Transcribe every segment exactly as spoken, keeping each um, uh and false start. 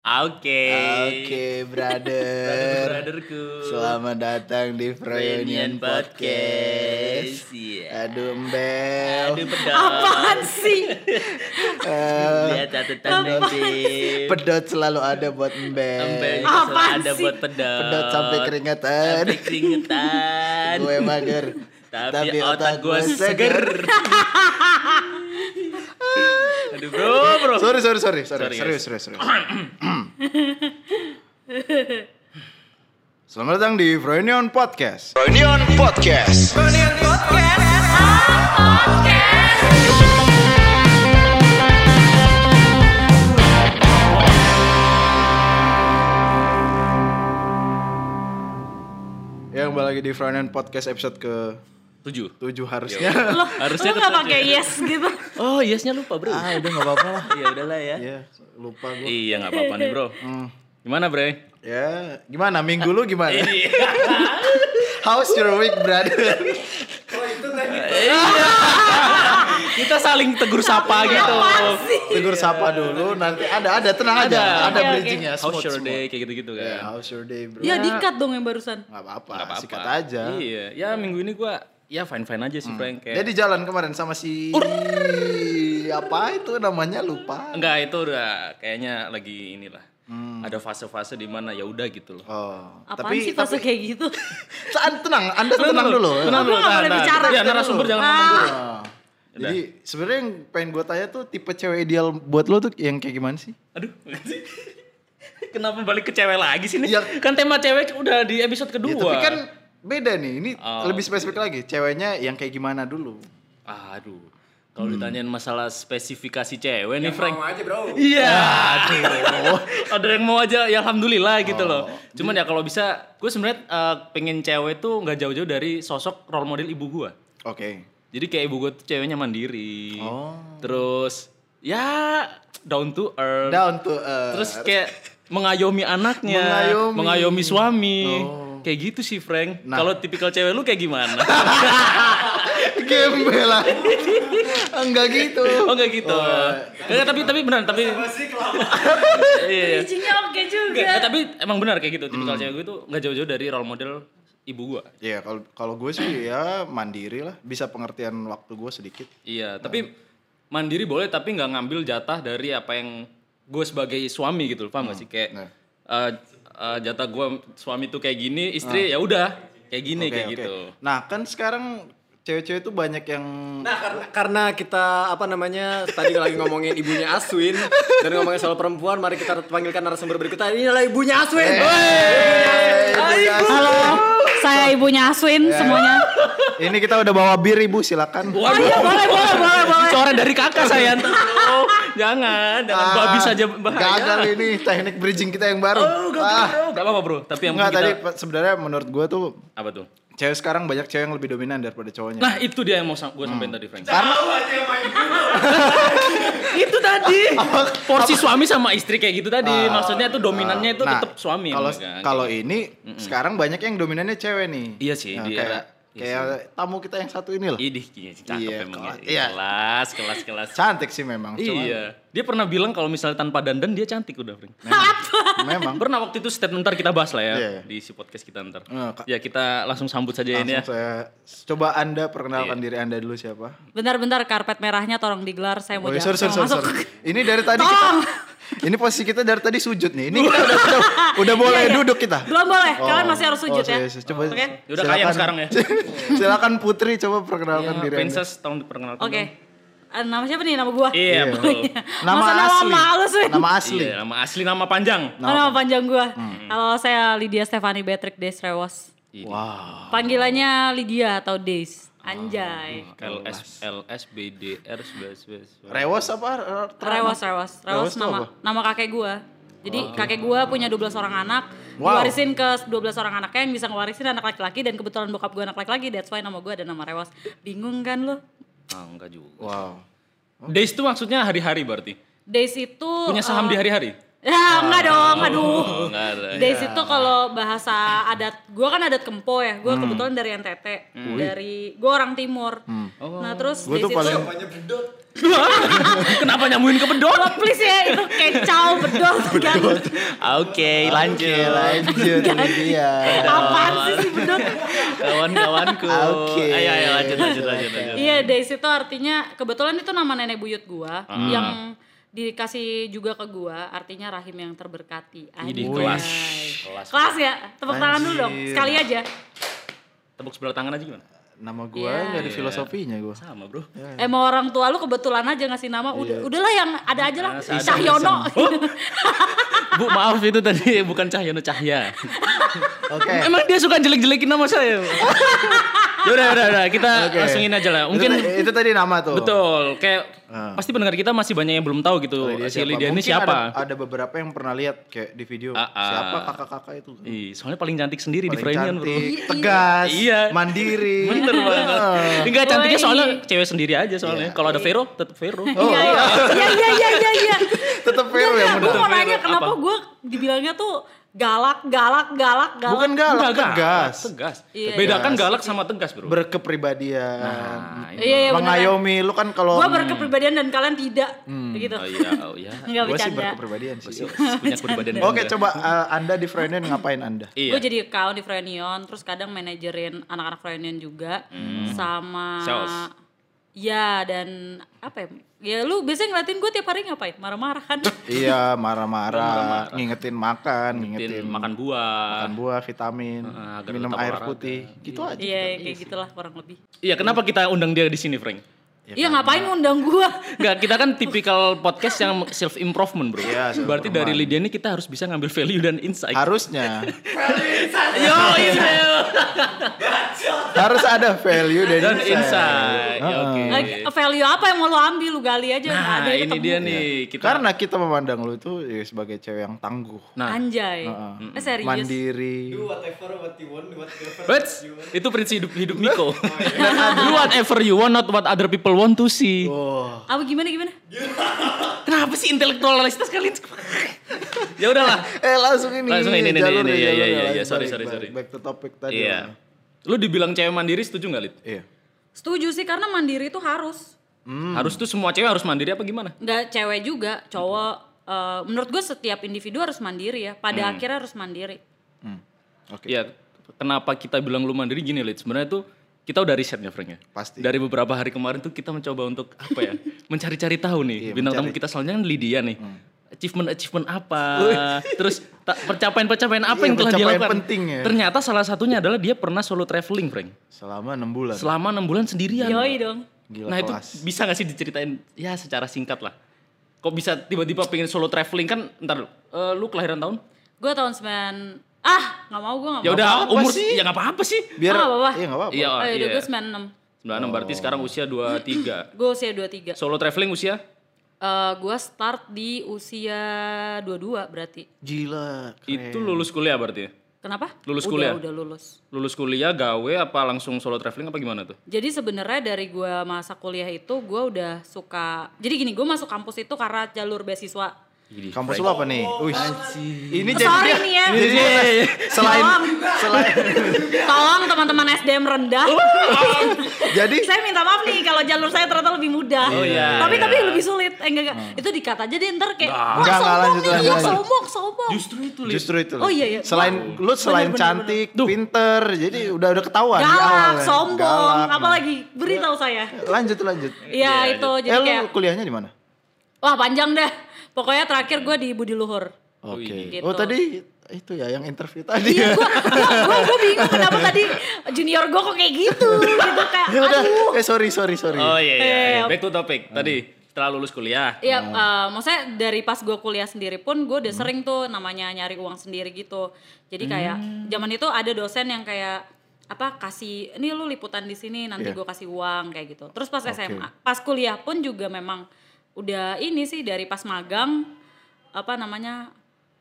Oke. Oke, brother. Brother-brotherku. Selamat datang di Froyonian Podcast. Iya. Aduh, Mbel. Aduh, pedot. Apaan sih? Eh, Lihat catatan Beb. pedot selalu ada buat Mbel. Embel juga selalu Apaan ada sih? buat pedot. Pedot sampai keringetan. Sampai keringetan. Gue mager. Tapi, otak gue seger. Aduh bro, bro. Sorry, sorry, sorry, sorry. Sorry, serius, serius, serius. Selamat datang di Froyonian Podcast. Froyonian Podcast. Podcast. Yang kembali lagi di Froyonian Podcast episode ke Tujuh. tujuh harusnya. Loh, Harusnya lu gak ketujuh. pakai yes gitu? Oh, yesnya lupa bro. Ah, udah enggak apa-apa lah. Iya udahlah ya. Iya, lupa gue. Iya nggak apa-apa nih bro. Gimana bre? Ya, gimana? Minggu lu gimana? Ini. How's your week, brother? Iya. Kita saling tegur sapa gitu. Tegur sapa dulu, nanti ada ada tenang Ada. aja, ada Oke, bridgingnya. How's smooth, your smooth. day kayak gitu-gitu kan. Ya, how's your day, bro? Ya di-cut dong yang barusan. Nggak apa-apa, Nggak apa-apa. sikat aja. Iya, ya minggu ini gua ya fine-fine aja sih Frank kayak. Dia di jalan kemarin sama si apa itu namanya lupa. Enggak, itu udah kayaknya lagi inilah. Ada fase-fase di mana ya udah gitu loh. Oh, Apaan sih fase kayak gitu? Tahan, tenang, Anda tenang dulu. Tenang Aku dulu. nggak tahan, boleh tahan. bicara. Ya narasumber jangan ngomong dulu. Ah. Jadi sebenarnya yang pengen gue tanya tuh tipe cewek ideal buat lo tuh yang kayak gimana sih? Aduh. Kenapa balik ke cewek lagi sih nih? Ya. Kan tema cewek udah di episode kedua. Ya, tapi kan beda nih. Ini Oh. lebih spesifik lagi. Ceweknya yang kayak gimana dulu? Aduh. Kalau ditanyain masalah spesifikasi cewek nih Frank. Mau aja bro. Iya. Aduh. Ada yang mau aja ya alhamdulillah gitu loh. Cuman ya kalau bisa gue sebenarnya eh, pengen cewek tuh nggak jauh-jauh dari sosok role model ibu gue. Oke. Jadi kayak ibu gue tuh ceweknya mandiri. Oh. Terus ya down to earth. Down to earth. Terus kayak mengayomi anaknya, Mengayomi. mengayomi suami. Oh. Kayak gitu sih Frank. Nah. Kalau tipikal cewek lu kayak gimana? Gembel lah. Enggak gitu. Oh enggak gitu. Enggak, tapi tapi benar, tapi Iya. iya. Bridgingnya oke juga. Enggak, tapi emang benar kayak gitu. Tipikal cewek gue tuh enggak jauh-jauh dari role model ibu gue. Iya, kalau kalau gue sih ya mandiri lah, bisa pengertian waktu gue sedikit. Iya, tapi mandiri boleh tapi nggak ngambil jatah dari apa yang gue sebagai suami gitu, paham nggak sih? Kayak Nah. eh, eh, jatah gue suami tuh kayak gini, istri ya udah kayak gini Oke, kayak oke. gitu. Nah, kan sekarang cewek-cewek tuh banyak yang Nah karena, karena kita apa namanya tadi lagi ngomongin ibunya Aswin dan ngomongin soal perempuan, mari kita panggilkan narasumber berikutnya. Ini adalah ibunya Aswin. Eh, Halo, saya ibunya Aswin semuanya. ini kita udah bawa bir Ibu, silakan. Oh iya boleh boleh boleh boleh. Coret dari kakak saya. Oh, jangan, jangan Ah, babi saja bahaya. Gagal ini teknik bridging kita yang baru. Oh, gak, ah, bro. Gak apa-apa bro, tapi yang enggak penting tadi kita... Pak, sebenarnya menurut gue tuh Apa tuh? cewek sekarang banyak cewek yang lebih dominan daripada cowoknya. Nah itu dia yang mau gue sampaikan tadi Frank. Karena Itu tadi porsi suami sama istri kayak gitu tadi. Maksudnya tuh dominannya itu nah, tetap suami. Kalau kan? kalau ini sekarang banyak yang dominannya cewek nih. Iya sih, Nah, di kayak, era- kayak tamu kita yang satu ini loh. Idih, iya, cakep Iya, emang kelas- ya. iya. Kelas, kelas, kelas. Cantik sih memang. Cuma Iya. Dia pernah bilang kalau misalnya tanpa dandan dia cantik udah, Frank. memang. Pernah waktu itu statement ntar kita bahas lah ya Iya. di si podcast kita ntar. Eh, Kak. Ya kita langsung sambut saja ini ya. Langsung saya coba Anda perkenalkan Iya. diri Anda dulu siapa? Bentar-bentar karpet merahnya tolong digelar, saya Oh, mau iya, jalan. sorry, sorry, mau sorry, masuk. sorry. Ini dari tadi kita ini posisi kita dari tadi sujud nih. Ini kita udah udah, udah boleh Iya, iya. duduk kita. Belum boleh, Oh. kalian masih harus sujud Oh, ya. iya, iya. Coba Oke. Udah kayang sekarang ya. Silakan Putri coba perkenalkan Ya, diri Anda. Princess tolong diperkenalkan. Oke. dong. Eh, nama siapa nih? Nama gua? Iya, Iya. betul. Nama Masa nama asli. malu sih? Nama asli. Iya, nama asli nama panjang. Oh, nama panjang gua. Halo, saya Lydia Stefani Beatrix Desrewos. Wow. Panggilannya Lydia atau Des. Anjay. L S L S B D R sebelas Rewos apa? Rewos, Rewos. Rewos Rewos tuh nama apa? nama kakek gua. Jadi kakek gua punya dua belas orang anak. Wow. Diwarisin ke dua belas orang anaknya yang bisa ngewarisin anak laki-laki dan kebetulan bokap gua anak laki-laki. That's why nama gua ada nama Rewos. Bingung kan lu? Ah, enggak juga. Wow. Days itu maksudnya hari-hari berarti. Days itu Punya saham eh, di hari-hari? Ya enggak dong, aduh. Oh, enggak ada. Dari situ kalau bahasa adat, gue kan adat Kempo ya, gue kebetulan dari N T T, dari gue orang timur. Nah terus Gue dari tuh situ, paling Kenapa nyambungin ke bedot? oh, please ya itu kecau bedol kan. Oke, Oke, lanjut. lanjut ini dia. Apaan sih si bedol? Kawan-kawanku. Oke. Ayo, ayo lanjut, lanjut, lanjut, lanjut. Iya dari situ artinya kebetulan itu nama nenek buyut gue yang dikasih juga ke gue, artinya rahim yang terberkati. Ini Anjay. kelas. Kelas. Kelas ya, tepuk tangan dulu dong, Anjir. sekali aja. Tepuk sebelah tangan aja gimana? Nama gue Iya. nggak ada filosofinya gue. Sama, Bro. Emang orang tua lu kebetulan aja ngasih nama, udah udahlah yang ada aja lah. Nah, seadanya. Cahyono. Bu, maaf itu tadi bukan Cahyono Cahya. Oke. Emang dia suka jelek-jelekin nama saya? Ya udah, udah, udah. Kita Oke. langsungin aja lah. Mungkin itu, itu tadi nama tuh. betul. Kayak Ah. pasti pendengar kita masih banyak yang belum tahu gitu. Oh, dia si siapa? Lydia ini Mungkin siapa? Ada, ada beberapa yang pernah lihat kayak di video Ah, ah. siapa kakak-kakak itu. Ih, soalnya paling cantik sendiri di Paling Frenian, Bro. cantik, tegas, Iya. mandiri. Bener banget. Ah. Enggak cantiknya Woi. soalnya cewek sendiri aja soalnya. Iya. Kalau ada Vero, tetap Vero. Oh, Iya iya iya iya iya iya. iya. Tetap Vero yang Gue benar. mau nanya Vero. kenapa Apa? gue dibilangnya tuh galak galak galak galak. Bukan galak, Enggak, tegas. Tegas. Iya, Bedakan iya. galak sama tegas, Bro. Berkepribadian. Nah, ini. Iya iya benar. Mengayomi lu kan kalau Gue berkepribadian dan kalian tidak, begitu. Oh iya, oh iya. Enggak gue sih bercanda. berkepribadian sih. Punya kepribadian. Oke, coba uh, Anda di Freudian ngapain Anda? Iya. Gue jadi account di Frenion, terus kadang manajerin anak-anak Frenion juga, sama Sales. ya dan apa ya? Ya lu biasanya ngeliatin gue tiap hari ngapain? Marah-marah kan? Iya, marah-marah, ngingetin makan, ngingetin Ngingetin makan buah. makan buah, vitamin, Heeh, agar minum tetap air olahraga. putih, gitu aja. Iya kayak gitulah kurang lebih. Iya, kenapa kita undang dia di sini, Frank? Iya ngapain ngundang gue? Enggak, kita kan tipikal podcast yang self improvement, Bro. Iya, self Berarti dari Lydia ini kita harus bisa ngambil value dan insight. Harusnya Yo, iya. harus ada value dan, Dan insight. insight. Ya, Heeh. oke. Like, value apa yang mau lu ambil lu gali aja. nggak Nah, ada yang ini ketemu. dia nih. Kita Karena kita memandang lu itu ya, sebagai cewek yang tangguh, Nah, Anjay. Heeh. Eh serius. mandiri. Whatever what you want, whatever but itu prinsip hidup hidup Miko. Do whatever you want, not what other people want to see. Oh, Apa gimana gimana? Kenapa sih intelektualitas kalian? Ya udahlah. eh langsung ini. Langsung ini, ini, jalur ini, ya, iya, jalur iya, ya. iya, sorry, Balik, sorry, balik. sorry. Back to topic tadi. Iya. Lu dibilang cewek mandiri setuju nggak, Lid? Iya. Setuju sih karena mandiri itu harus. Harus tuh semua cewek harus mandiri apa gimana? Nggak cewek juga, cowok. eh, menurut gue setiap individu harus mandiri ya. Pada akhirnya harus mandiri. Hmm. Oke. Iya. Kenapa kita bilang lu mandiri gini, Lid? Sebenarnya tuh kita udah risetnya, Frank ya. Pasti. Dari beberapa hari kemarin tuh kita mencoba untuk apa ya? Mencari-cari tahu nih. Iya, Bintang tamu mencari. kita selanjutnya kan Lydia nih. Achievement-achievement apa? Terus ta- pencapaian-pencapaian apa Iya, yang telah dia pencapaian lakukan? penting ya. Ternyata salah satunya adalah dia pernah solo traveling, Frank. Selama enam bulan. Selama enam bulan sendirian. Yoi dong. Gila Nah itu kelas. bisa gak sih diceritain ya secara singkat lah. Kok bisa tiba-tiba pengen solo traveling kan? Ntar eh, lu kelahiran tahun? Gue tahun sembilan. Ah nggak mau gue nggak Ya mau. udah apa-apa umur sih. ya nggak apa-apa sih. Biar Oh, nggak apa-apa. iya enggak apa-apa. Iya, Oh, iya. iya gue sembilan enam. sembilan puluh enam berarti sekarang usia dua puluh tiga. Gue usia dua puluh tiga. Solo traveling usia? Eh gue start di usia dua puluh dua berarti. Gila. keren. Itu lulus kuliah berarti ya? Kenapa? Lulus udah, kuliah? Udah lulus. Lulus kuliah gawe apa langsung solo traveling apa gimana tuh? Jadi sebenarnya dari gue masa kuliah itu gue udah suka. Jadi gini gue masuk kampus itu karena jalur beasiswa. Kampus lu apa nih? Wih. Ini jadi Sorry dia- nih ya. Jadi dia selain Tolong. selain Tolong teman-teman S D M rendah. jadi Saya minta maaf nih kalau jalur saya ternyata lebih mudah. Oh, iya, Tapi iya. tapi lebih sulit. Eh enggak enggak. Itu dikat aja deh ntar kayak wah Enggak, enggak, sombong lanjut, nih, lanjut, iya, lanjut. sombong, sombong. Justru itu Lid. justru itu. Oh, iya, iya. Selain Wah. lu selain Bener, bener, cantik, pinter, jadi udah udah ketahuan di Galak, awal. ya. sombong, Galak, apalagi beritahu saya. nah. Lanjut lanjut. Iya itu Eh jadi lu kayak kuliahnya di mana? wah panjang dah. Pokoknya terakhir gue di Budi Luhur. Oke. Gitu. Oh tadi itu ya yang interview tadi. Iya, gue gue gue bingung kenapa tadi junior gue kok kayak gitu, gitu kayak Ya udah. aduh. Eh sorry sorry sorry. Oh iya, iya, iya. Eh, Back to topic. Tadi setelah lulus kuliah. Iya, eh, maksudnya dari pas gue kuliah sendiri pun gue udah sering tuh namanya nyari uang sendiri gitu. Jadi kayak zaman itu ada dosen yang kayak apa kasih ini lu liputan di sini nanti Iya. gue kasih uang kayak gitu. Terus pas Oke. S M A, pas kuliah pun juga memang udah ini sih dari pas magang apa namanya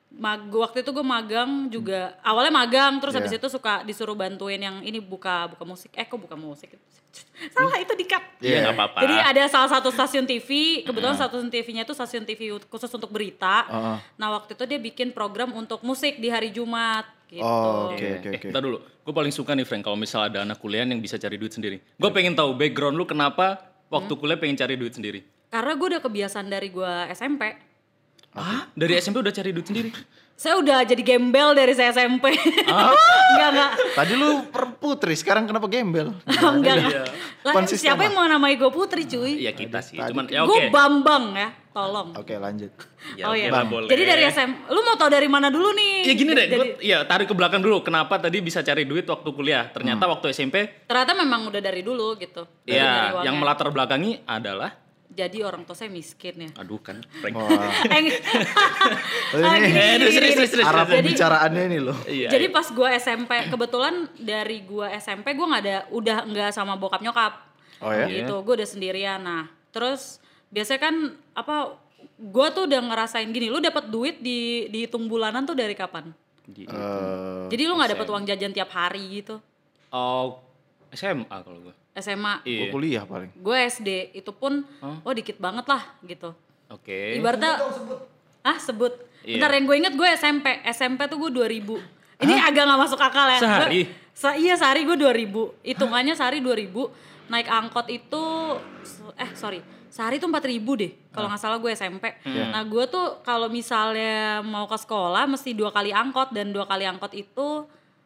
mag waktu itu gue magang juga awalnya magang terus Yeah. habis itu suka disuruh bantuin yang ini buka buka musik eh kok buka musik salah itu di cut. Iya nggak apa-apa. Jadi ada salah satu stasiun T V, kebetulan stasiun T V-nya itu stasiun T V khusus untuk berita. Uh-huh. Nah waktu itu dia bikin program untuk musik di hari Jumat gitu. Oh, oke Oke, oke oke. Ntar dulu. Gue paling suka nih Frank kalau misal ada anak kuliah yang bisa cari duit sendiri. Gue pengen tahu background lu kenapa waktu kuliah pengen cari duit sendiri. Karena gue udah kebiasaan dari gue S M P. Ah, dari S M P udah cari duit sendiri? Saya udah jadi gembel dari saya S M P. enggak enggak. Tadi lu per putri, sekarang kenapa gembel? enggak enggak. Lah Konsisten siapa lah. yang mau namai gue putri cuy? Iya kita sih, tadi cuman ya oke. Gue Bambang ya, tolong. Oke, lanjut. Ya, oh oke iya. lah, boleh. Jadi dari S M P, lu mau tau dari mana dulu nih? Ya gini deh, Jadi, gue ya tarik ke belakang dulu. Kenapa tadi bisa cari duit waktu kuliah? Ternyata Hmm. waktu S M P, ternyata memang udah dari dulu gitu. Dari- dari ya uangnya. yang melatar belakangi adalah, Jadi orang tua saya miskin ya. aduh kan, Frank. Wah. Eh, Oh, ah, ini gini, gini, serius, gini, serius, gini. serius. arah Jadi- pembicaraannya ini loh. Iya. Jadi iya. pas gue S M P, kebetulan dari gue S M P gue nggak ada, udah nggak sama bokap nyokap. Oh ya? Gitu, gue udah sendirian. Nah, terus biasanya kan apa? Gue tuh udah ngerasain gini, lu dapat duit di dihitung bulanan tuh dari kapan? Di- Eh, Jadi lu nggak dapat uang jajan tiap hari gitu. Oh, S M A kalau gue. S M A, gua Iya. kuliah paling. gue S D itu pun, oh dikit banget lah gitu. Oke. Ibaratnya, ah sebut. Iya. Bentar yang gue inget gue S M P, S M P tuh gue dua ribu. Ini agak gak masuk akal ya. Sehari? Gua- se- iya sehari gue dua ribu. Hitungannya sehari dua ribu. Naik angkot itu, eh sorry, sehari tuh empat ribu deh. Kalau nggak salah gue S M P. Nah gue tuh kalau misalnya mau ke sekolah mesti dua kali angkot. Dan dua kali angkot itu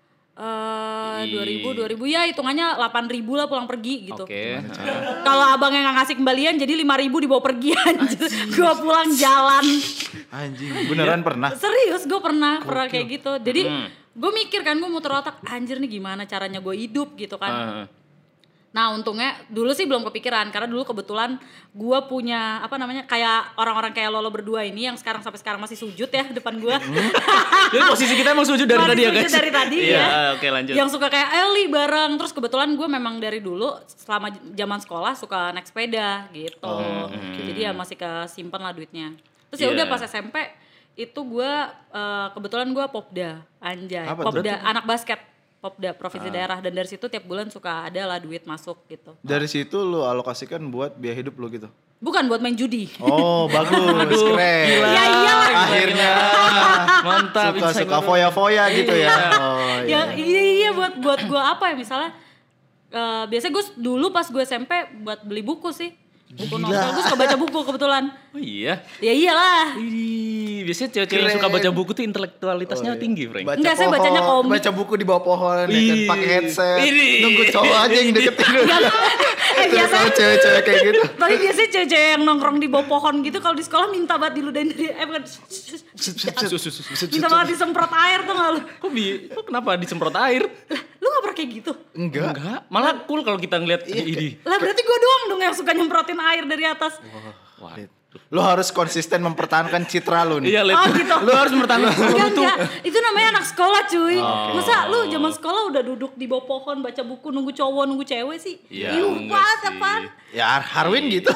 eh dua ribu, dua ribu ya hitungannya delapan ribu lah pulang pergi gitu. Oke. Kalau abangnya nggak ngasih kembalian jadi lima ribu dibawa pergi anjir. Gue pulang jalan. Anjing, beneran pernah. Serius gue pernah pernah kayak gitu. Jadi Hmm. gue mikir kan gue muter otak anjir nih gimana caranya gue hidup gitu kan. Ah, Nah untungnya dulu sih belum kepikiran karena dulu kebetulan gue punya apa namanya kayak orang-orang kayak Lolo berdua ini yang sekarang sampai sekarang masih sujud ya depan gue. Jadi posisi kita emang sujud dari Masih tadi ya sujud guys. dari tadi Iya, ya. oke lanjut. Yang suka kayak Eli bareng. Terus kebetulan gue memang dari dulu selama zaman sekolah suka naik sepeda gitu. Jadi ya masih kesimpan lah duitnya. Terus ya Iya. udah pas S M P itu gue eh, kebetulan gue popda anjay. Apa tuh? Popda anak basket. Popda provinsi daerah dan dari situ tiap bulan suka ada lah duit masuk gitu. Dari situ lu alokasikan buat biaya hidup lu gitu. Bukan buat main judi. Oh, bagus, keren. gila. Ya iyalah. Akhirnya Mantap. suka suka foya-foya gitu ya. Oh Ya iya. iya iya buat buat gue apa ya misalnya eh biasanya gue dulu pas gue S M P buat beli buku sih. Buku Gila. novel, gue suka baca buku kebetulan. Oh iya. Ya iyalah. Ih, biasanya cewek-cewek yang Keren. suka baca buku tuh intelektualitasnya Oh, iya. tinggi, Frank. Baca Enggak, saya pohon, bacanya komik. Baca buku di bawah pohon, ya kan, Ih. pakai headset. Ini. Nunggu cowok aja yang deketin lu. eh Terus biasa kalau cewek-cewek kayak gitu. tapi biasanya cewek-cewek yang nongkrong di bawah pohon gitu kalau di sekolah minta banget diludahin dari eh bukan Sus, sus, sus. minta banget disemprot air tuh nggak lu? Kok bi, kok kenapa disemprot air? Lah, lu nggak pernah kayak gitu? Enggak. Enggak, malah cool kalau kita ngeliat ini. Lah berarti gue doang dong yang suka nyemprotin air dari atas. Wah. Lu harus konsisten mempertahankan citra lu nih. Iya, Lid. Oh, gitu. Lu harus bertanggung Enggak, jawab tuh. enggak. Itu namanya anak sekolah cuy. Masa lu zaman sekolah udah duduk di bawah pohon baca buku nunggu cowok nunggu cewek sih? Iya, Ih, enggak banget sih. apaan? Ya Har- Harwin gitu.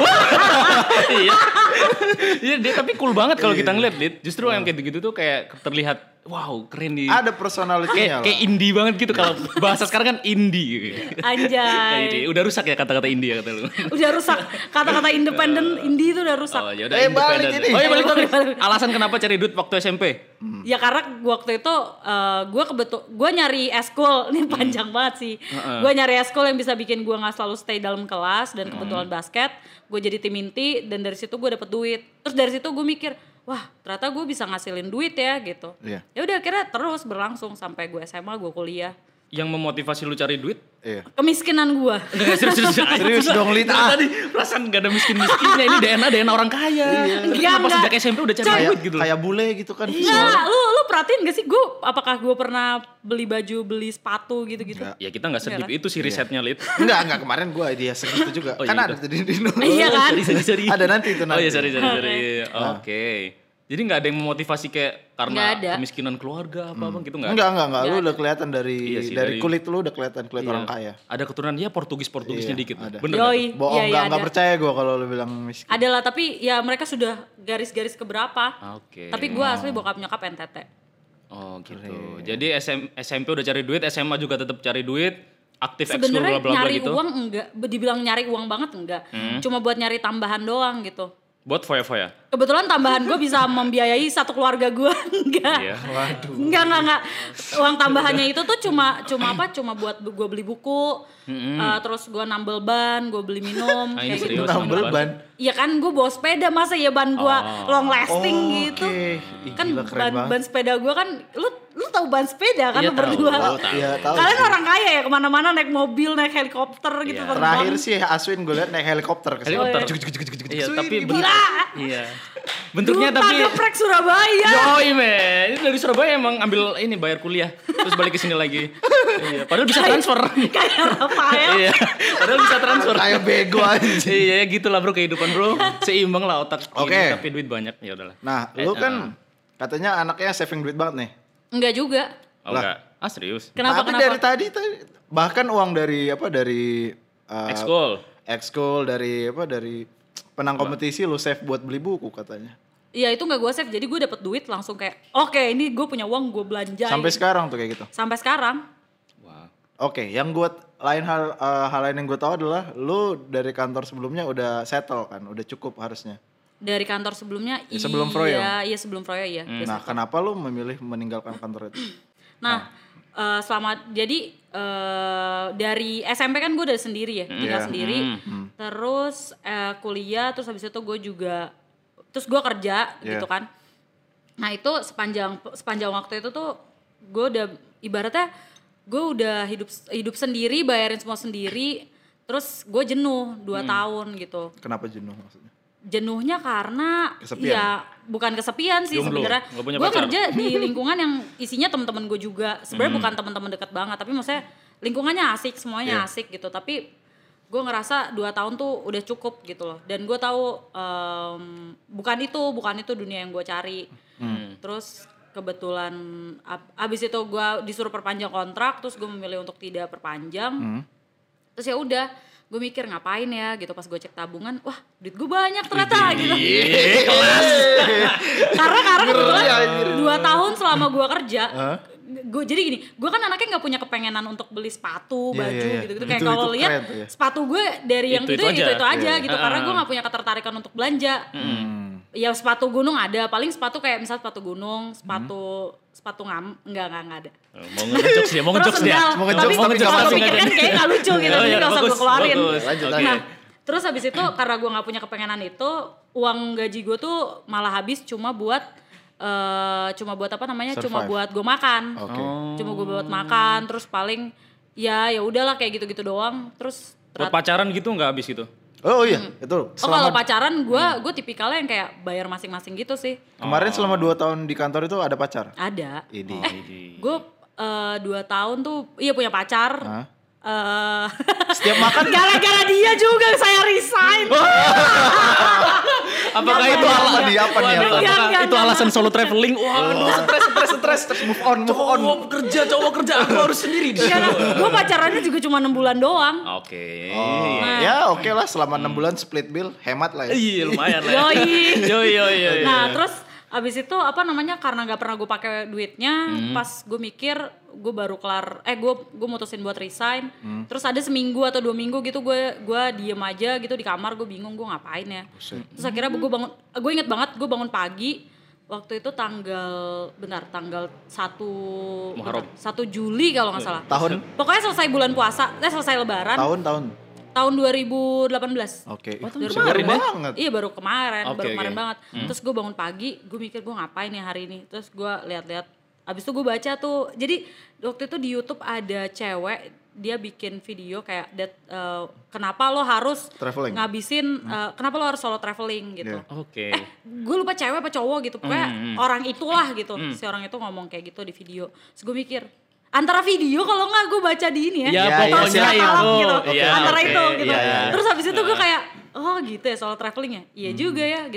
Iya. Iya, dia tapi cool banget kalau kita ngeliat, Lid. Justru yang kayak gitu tuh kayak terlihat wow, keren nih. Ada Kayak personalitinya kayak lah. indie banget gitu kalau bahasa sekarang kan indie. Kayak Anjay. indie. Udah rusak ya kata-kata indie ya kata lu. Udah rusak. Kata-kata independen indie itu udah rusak. Oh, ya udah Eh, balik independen. ini. Oh, iya balik tadi. Balik, balik. Alasan kenapa cari duit waktu S M P? Ya karena waktu itu uh, gue kebetul gue nyari eskul ini panjang banget sih. Gue nyari eskul yang bisa bikin gue nggak selalu stay dalam kelas dan kebetulan basket. Gue jadi tim inti dan dari situ gue dapet duit. Terus dari situ gue mikir, wah ternyata gue bisa ngasilin duit ya gitu. Iya. Ya udah akhirnya terus berlangsung sampai gue S M A gue kuliah. Yang memotivasi lu cari duit? Iya. Kemiskinan gue. Enggak, serius, serius. Serius dong, Lid. Nah, tadi perasaan gak ada miskin-miskinnya. Ini D N A D N A orang kaya. Iya, Kenapa enggak. sejak S M P udah cari Kayak duit gitu? kayak bule gitu kan. Nah, lu lu perhatiin gak sih gue apakah gue pernah beli baju, beli sepatu gitu-gitu? Enggak. Ya kita gak sedip Enggak itu sih risetnya, Lid. Enggak, enggak kemarin gua dia segitu juga. Oh, kan iya ada udah. tadi di Iya kan? Sorry, sorry, sorry. Ada nanti itu Oh nanti. iya, sorry, sorry, sorry. Oke. Oke. Jadi nggak ada yang memotivasi kayak Nggak karena ada. kemiskinan keluarga apa apa gitu nggak? Enggak, enggak, enggak. Lu Nggak udah kelihatan dari Iya sih, dari dari- kulit lu udah kelihatan kulit Iya. orang kaya. Ada keturunan ya Portugis-Portugisnya Iya, dikit. ada. Bener nggak Yoi, tuh? Bohong, iya, iya enggak, enggak ada. percaya gua kalau lu bilang miskin. Adalah tapi ya mereka sudah garis-garis keberapa. Ah, Oke. Tapi gue asli bokap nyokap N T T. Oh gitu. Jadi S M, S M P udah cari duit, S M A juga tetap cari duit, aktif ekskul Sebenarnya bla bla bla nyari gitu. uang enggak, dibilang nyari uang banget enggak. Cuma buat nyari tambahan doang gitu. Buat foya-foya. Kebetulan tambahan gue bisa membiayai satu keluarga gue enggak. Iya. Enggak, enggak, enggak. Uang tambahannya itu tuh cuma cuma apa? Cuma buat gue beli buku, uh, terus gue nambel ban, gue beli minum, Ah, ini kayak serius, gitu. Nambel ban. Iya kan gue bawa sepeda, masa ya ban gue Oh. long lasting Oh, gitu. oke. Ih, Kan gila, keren ban, banget. ban sepeda gue kan, lu lu tahu ban sepeda kan Iya, lu tahu. berdua. Tahu, tahu. Iya, tahu. Kalian sih. orang kaya ya kemana-mana naik mobil, naik helikopter gitu. Iya. terbang. Terakhir sih Aswin gue liat naik helikopter ke sini. Helikopter. Oh, iya. Iya, tapi Gila. bentuk- Iya. Bentuknya Duta tapi geprek Surabaya. Yoi men, ini dari Surabaya emang ambil ini bayar kuliah, terus balik ke sini lagi. Iya, padahal bisa transfer. Kayak Rafael. Iya, padahal bisa transfer. Kayak bego aja. Iya, gitu lah bro kehidupan bro, seimbang lah otak. Oke. Ini, tapi duit banyak ya udahlah. Nah, Eh, lu ah. kan katanya anaknya saving duit banget nih. Enggak juga. Oh, Lah. enggak. Ah serius? Kenapa Tapi kenapa? dari tadi tadi bahkan uang dari apa dari uh, Ekskul. ekskul dari apa dari penang kompetisi lu save buat beli buku katanya. Iya itu nggak gue save, jadi gue dapet duit langsung kayak, oke ini gue punya uang gue belanjain. Sampai sekarang tuh kayak gitu. Sampai sekarang. Wah. Oke, yang gue lain hal uh, hal lain yang gue tahu adalah lu dari kantor sebelumnya udah settle kan, udah cukup harusnya. Dari kantor sebelumnya, Ya, sebelum Froyo. iya, iya sebelum Froyo iya. Nah, kenapa lu memilih meninggalkan kantor itu? Nah, eh, selama jadi eh, dari S M P kan gue udah sendiri ya, tinggal Iya. sendiri. Terus eh, kuliah, terus habis itu gue juga, terus gue kerja Iya. gitu kan. Nah itu sepanjang sepanjang waktu itu tuh gue udah ibaratnya gue udah hidup hidup sendiri, bayarin semua sendiri. Terus gue jenuh dua tahun gitu. Kenapa jenuh maksudnya? Jenuhnya karena Kesepian? ya bukan kesepian sih Jomblo, sebenarnya. nggak punya Gue pacar. kerja di lingkungan yang isinya teman-teman gue juga. Sebenarnya bukan teman-teman dekat banget, tapi maksudnya lingkungannya asik, semuanya Iya. asik gitu. Tapi gue ngerasa dua tahun tuh udah cukup gitu loh. Dan gue tahu em, bukan itu, bukan itu dunia yang gue cari. Terus kebetulan ab- abis itu gue disuruh perpanjang kontrak, terus gue memilih untuk tidak perpanjang. Terus ya udah, gue mikir ngapain ya gitu, pas gue cek tabungan, wah duit gue banyak ternyata gitu. karena karena kebetulan dua tahun selama gue kerja, gue jadi gini, gue kan anaknya nggak punya kepengenan untuk beli sepatu, Iya, baju iya, iya. gitu-gitu. Kayak Itu- kalau itu lihat keren tuh ya. sepatu gue dari yang itu Itu-itu itu aja. itu, aja Iya. gitu, karena gue nggak punya ketertarikan untuk belanja. Ya sepatu gunung ada, paling sepatu kayak misal sepatu gunung, sepatu sepatu ngam, enggak enggak enggak ada. Oh, mau ngejokes dia, mau Terus ngejokes dia. sendal, Mau ngejokes tapi tapi nggak kalau masuk. pikir kan kayak nggak lucu gitu, Oh, jadi iya, nggak usah gue bagus, keluarin. bagus. Lanjut, Oke. lanjut. Nah, terus habis itu karena gue nggak punya kepengenan itu, uang gaji gue tuh malah habis cuma buat eh cuma buat apa namanya? Cuma Survive. buat gue makan. Oke. Cuma gue buat makan, terus paling ya ya udahlah kayak gitu-gitu doang. Terus Buat pacaran gitu nggak habis gitu? Oh iya, itu oh kalau selama pacaran gue gue tipikalnya yang kayak bayar masing-masing gitu sih. kemarin selama dua tahun di kantor itu ada pacar. Ada. Ini. Gue eh, dua tahun tuh iya punya pacar. Hah? Eh, Setiap makan gara-gara dia juga saya resign. Apakah Nggak, itu nggak, alasan? nggak. Apa nih, apa? Waduh, Nggak, nggak, itu nggak. alasan solo traveling? Waduh, stres, stres, stres, stres. move on, move on. Cowok kerja, cowok kerja, aku harus sendiri. Gue pacarannya juga cuma enam bulan doang. Oke. Oh, Nah. ya oke lah selama enam bulan split bill hemat lah ya. Iya, lumayan lah. ya. Yoi. Yoi, yoi, yoi. Nah terus abis itu apa namanya karena nggak pernah gue pakai duitnya, pas gue mikir gue baru kelar, eh gue gue mutusin buat resign. Terus ada seminggu atau dua minggu gitu gue gue diem aja gitu di kamar, gue bingung gue ngapain ya. Terus akhirnya gue bangun, gue inget banget gue bangun pagi. Waktu itu tanggal, benar tanggal satu Muharram. satu Juli kalau nggak salah. Tahun Pokoknya selesai bulan puasa, eh selesai lebaran. tahun tahun. Tahun dua ribu delapan belas. Oke. Oh, Itu tahun baru kemarin ya? banget. Iya baru kemarin, Oke, baru kemarin oke. banget. Terus gue bangun pagi, gue mikir gue ngapain ya hari ini. Terus gue lihat-lihat, abis itu gue baca tuh. Jadi waktu itu di YouTube ada cewek, dia bikin video kayak that, uh, kenapa lo harus Traveling. ngabisin, uh, kenapa lo harus solo traveling gitu. Iya. Oke. Gue lupa cewek apa cowok gitu, pokoknya Hmm, hmm. orang itulah gitu. Si orang itu ngomong kayak gitu di video. Terus gue mikir, antara video kalau nggak gue baca di ini ya, Ya, atau pokoknya surat itu. talak gitu, Iya, antara oke. itu gitu. Iya, iya. Terus habis itu gue kayak, oh gitu ya soal traveling ya, iya juga ya gitu.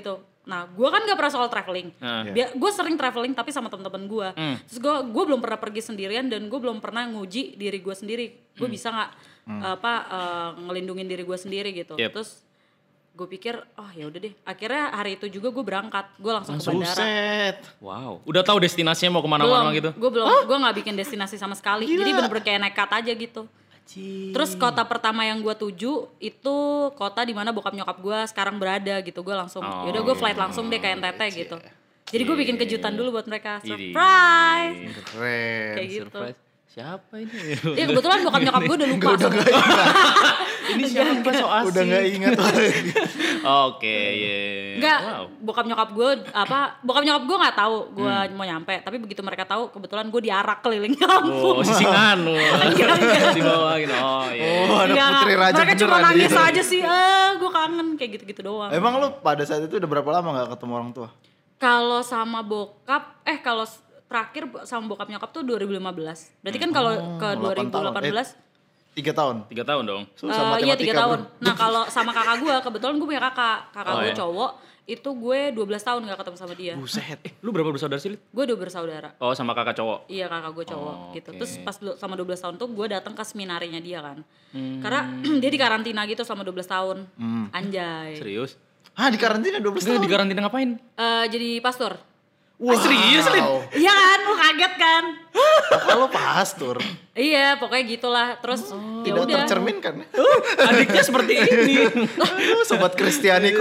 Nah, gue kan gak pernah soal traveling. Nah. Dia, gue sering traveling tapi sama temen-temen gue. Hmm. Terus gue gue belum pernah pergi sendirian dan gue belum pernah nguji diri gue sendiri. Gue Hmm. bisa nggak Hmm. apa uh, ngelindungin diri gue sendiri gitu. Yep. Terus gue pikir, oh ya udah deh. Akhirnya hari itu juga gue berangkat. Gue langsung, ke bandara. Buset. Wow. Udah tahu destinasinya mau kemana-mana gitu? Gue belum, gue nggak bikin destinasi sama sekali. Jadi bener-bener kayak nekat aja gitu. Terus kota pertama yang gue tuju itu kota di mana bokap nyokap gue sekarang berada gitu. Gue langsung, Oh, yaudah gue flight langsung deh ke N T T gitu. Jadi gue bikin kejutan dulu buat mereka, Idih. surprise, Keren. kayak gitu. Surprise. Siapa ini? Iya kebetulan bokap nyokap gue udah lupa. Udah gak ingat. Ini siapa so asik? Udah gak ingat lagi. Oke, ya. Enggak, Wow. bokap nyokap gue apa? Bokap nyokap gue nggak tahu gue mau nyampe. Tapi begitu mereka tahu, kebetulan gue diarak keliling kampung. Oh, sisingan lu. Di bawah gitu. Oh, iya. Oh, ada Enggak, putri raja mereka cuma beneran nangis dia. aja sih. Eh, gue kangen kayak gitu-gitu doang. Emang lu pada saat itu udah berapa lama gak ketemu orang tua? Kalau sama bokap, eh kalau s- terakhir sama bokap nyokap tuh dua ribu lima belas. Berarti kan kalau ke dua ribu delapan belas, Tiga tahun. Tiga tahun dong. Susah eh, iya matematika, tiga bro. tahun. Nah kalau sama kakak gue, kebetulan gue punya kakak. Kakak Oh, gue iya. cowok, itu gue dua belas tahun gak ketemu sama dia. Buset. Eh, lu berapa bersaudara sih? Lid? Gue dua bersaudara. Oh, sama kakak cowok. Iya kakak gue cowok Oh, gitu. oke. Terus pas du- sama dua belas tahun tuh gue datang ke seminarinya dia kan. Hmm. Karena dia di karantina gitu selama dua belas tahun. Hmm. Anjay. Serius? Ah, di karantina dua belas Enggak, tahun? di karantina ngapain? Eh, jadi pastor. Wow. serius, Lid? Iya kan, lu kaget kan? Kalau pastor. Iya, pokoknya gitulah. Terus ya Tidak udah. tercerminkan. Adiknya seperti ini. Uh, Sobat Kristianiku.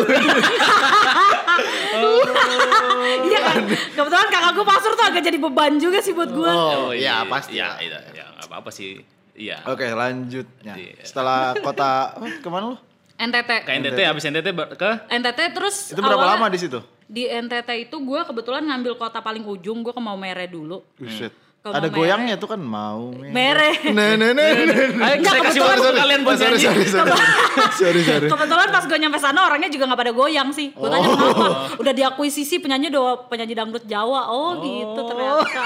Iya kan. Kebetulan kakak gue pastor tuh agak jadi beban juga sih buat gue. Oh, iya pasti. Ya, iya, ya, nggak apa-apa sih. Iya. Oke, lanjutnya. Iya. Setelah kota, oh, kemana lu? N T T. Ke N T T, habis N T T ber- ke N T T terus Itu berapa awalnya lama di situ? Di N T T itu gue kebetulan ngambil kota paling ujung, gue ke Maumere dulu. Buset. Ke Ada Maumere. goyangnya tuh kan mau. Mere. Nah, nah, nah, nah. Ayo, saya kasih waktu ke kalian buat sorry, nyanyi. sorry, sorry, sorry, sorry. Kebetulan pas gue nyampe sana orangnya juga gak pada goyang sih. Gue tanya kenapa? Udah diakuisisi penyanyi udah penyanyi dangdut Jawa. Oh, gitu ternyata.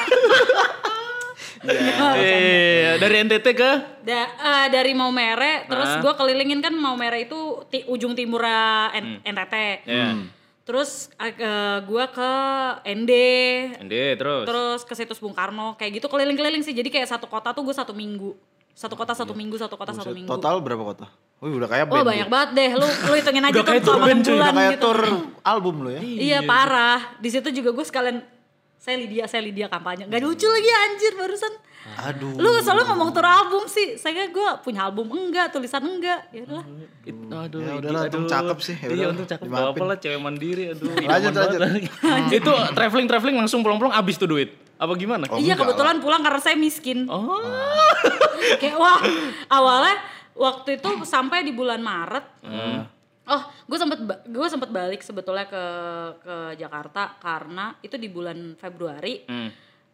Eh, dari N T T ke Da, eh, dari Maumere, terus Ah. gue kelilingin kan Maumere itu ti- ujung timur N- N T T. ya. Terus uh, gue ke N D, N D terus. terus ke situs Bung Karno, kayak gitu keliling-keliling sih. Jadi kayak satu kota tuh gue satu minggu, satu kota satu minggu, satu kota satu Buset, minggu. total berapa kota? Wih, udah kayak Wah band. banyak dia. banget deh, lu lu hitungin aja Udah tuh kayak tour selama band, enam cuy. bulan Udah kayak gitu. tour album lo ya. Iya parah. Di situ juga gue sekalian saya Lydia, saya Lydia kampanye. Gak lucu lagi anjir barusan. Aduh. Lu selalu ngomong tour album sih. Saya gue punya album enggak, tulisan enggak. Ya udahlah. It- Aduh, Ya itu- udahlah, untung aduh. cakep sih. Ya Iya, udahlah, untung cakep. Gak dimaafin. apa lah, cewek mandiri. Aduh, Lanjut, idaman lanjut. banget. Itu traveling-traveling langsung pulang-pulang abis tuh duit? Apa gimana? Oh, Iya enggak kebetulan pulang karena saya miskin. Oh. Kayak wah awalnya waktu itu sampai di bulan Maret. Hmm. Oh, gue sempet ba- gue sempet balik sebetulnya ke ke Jakarta karena itu di bulan Februari. Hmm.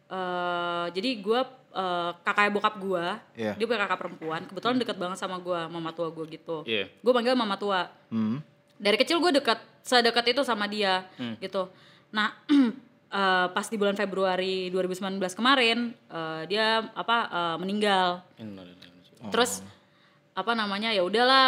Eh, jadi gue eh, kakak bokap gue, Iya. dia punya kakak perempuan. Kebetulan deket banget sama gue, mama tua gue gitu. Iya. Gue panggil mama tua. Hmm. Dari kecil gue dekat, sedekat itu sama dia gitu. Nah eh, pas di bulan Februari dua ribu sembilan belas kemarin eh, dia apa eh, meninggal. Terus apa namanya ya udahlah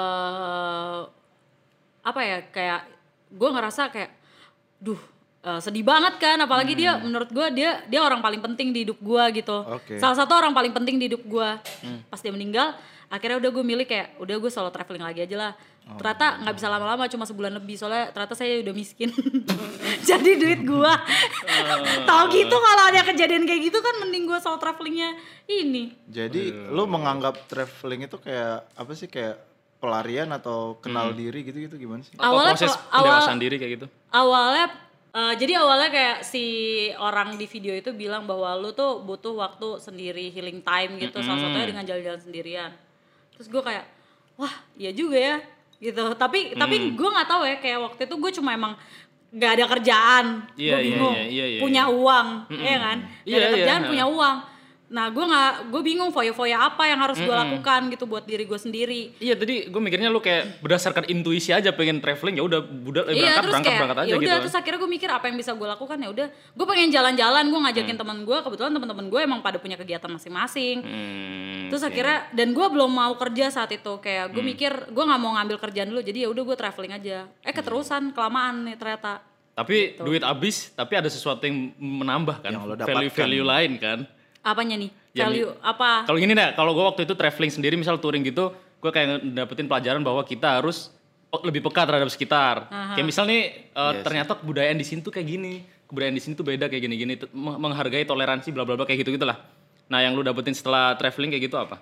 eh, apa ya kayak gue ngerasa kayak duh eh, sedih banget kan apalagi dia menurut gue dia dia orang paling penting di hidup gue gitu. Oke. Salah satu orang paling penting di hidup gue. Pas dia meninggal akhirnya udah gue milih kayak udah gue solo traveling lagi aja lah. Ternyata nggak bisa lama-lama cuma sebulan lebih soalnya ternyata saya udah miskin. Jadi duit gue. Tahu gitu kalau ada kejadian kayak gitu kan mending gue solo travelingnya ini. Jadi lu menganggap traveling itu kayak apa sih, kayak pelarian atau kenal diri gitu-gitu gimana sih? Atau Awalnya proses kalau- awal- pendewasaan diri kayak gitu? Awalnya eh, jadi awalnya kayak si orang di video itu bilang bahwa lu tuh butuh waktu sendiri, healing time gitu. Salah satunya dengan jalan-jalan sendirian. Terus gue kayak wah iya juga ya gitu. Tapi tapi gue nggak tahu ya kayak waktu itu gue cuma emang nggak ada kerjaan. Iya, Gue iya, bingung. iya, iya, iya, punya iya. uang, ya kan? Gak Iya, ada iya, kerjaan iya. punya uang. Nah gue nggak, gue bingung foya-foya apa yang harus gue lakukan gitu buat diri gue sendiri. Iya tadi gue mikirnya lu kayak berdasarkan intuisi aja pengen traveling ya udah budak eh, Iya berangkat terus berangkat kayak berangkat aja ya gitu. udah terus akhirnya gue mikir apa yang bisa gue lakukan ya udah gue pengen jalan-jalan gue ngajakin teman gue kebetulan teman-teman gue emang pada punya kegiatan masing-masing. Hmm, Terus oke. akhirnya dan gue belum mau kerja saat itu kayak gue mikir gue nggak mau ngambil kerjaan dulu jadi ya udah gue traveling aja. Eh keterusan kelamaan nih ternyata Tapi duit habis, tapi ada sesuatu yang menambah kan, Yang lo dapatkan. value-value lain kan. Apanya nih? Yang Value apa? Kalau gini deh, kalau gue waktu itu traveling sendiri, misal touring gitu, gue kayak dapetin pelajaran bahwa kita harus lebih peka terhadap sekitar. Aha. Kayak misal nih, uh, Yes. ternyata kebudayaan di sini tuh kayak gini, kebudayaan di sini tuh beda kayak gini-gini, T- meng- menghargai toleransi, bla bla bla kayak gitu gitulah. Nah, yang lu dapetin setelah traveling kayak gitu apa?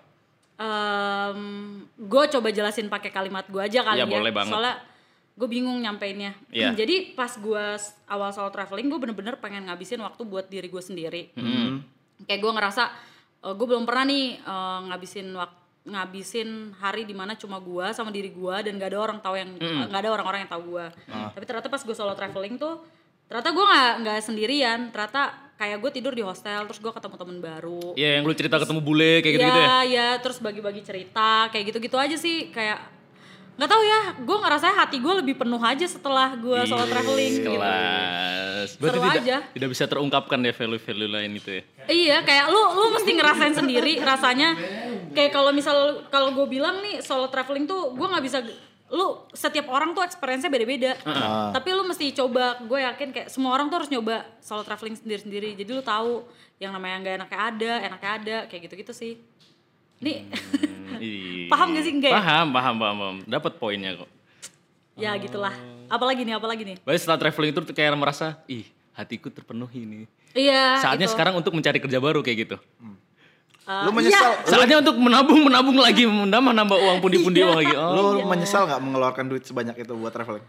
Um, gue coba jelasin pakai kalimat gue aja kali Iya, ya. boleh banget. Soalnya gue bingung nyampeinnya. Iya. Jadi pas gue awal solo traveling, gue bener-bener pengen ngabisin waktu buat diri gue sendiri. Hmm. Kayak gue ngerasa uh, gue belum pernah nih uh, ngabisin waktu ngabisin hari dimana cuma gue sama diri gue dan gak ada orang tahu yang nggak Mm. ada orang-orang yang tahu gue. Tapi ternyata pas gue solo traveling tuh ternyata gue nggak nggak sendirian. Ternyata kayak gue tidur di hostel terus gue ketemu temen baru. Iya, yang lu cerita ketemu bule kayak gitu-gitu ya? Ya, ya, terus bagi-bagi cerita, kayak gitu-gitu aja sih, kayak nggak tahu ya, gue ngerasa hati gue lebih penuh aja setelah gue solo traveling gitu. Kelas. Berarti Seru tidak, aja. tidak bisa terungkapkan ya value-value lain itu ya? Iya, kayak lu lu mesti ngerasain sendiri rasanya. Kayak kalau misal kalau gue bilang nih solo traveling tuh gue nggak bisa, lu setiap orang tuh experience-nya beda-beda. Tapi lu mesti coba, gue yakin kayak semua orang tuh harus nyoba solo traveling sendiri-sendiri. Jadi lu tahu yang namanya nggak enaknya ada, enaknya ada, kayak gitu-gitu sih. Nih, Iya. paham gak sih enggak ya? Paham, paham, paham, paham. Dapat poinnya kok. Ya gitulah. Apalagi nih, apalagi nih. Berarti setelah traveling itu kayak merasa, ih hatiku terpenuhi nih. Iya. Saatnya itu. sekarang untuk mencari kerja baru kayak gitu. Uh, Lu menyesal, Saatnya untuk menabung, menabung lagi, menambah nambah uang pundi-pundi uang lagi. Oh. lu menyesal nggak mengeluarkan duit sebanyak itu buat traveling?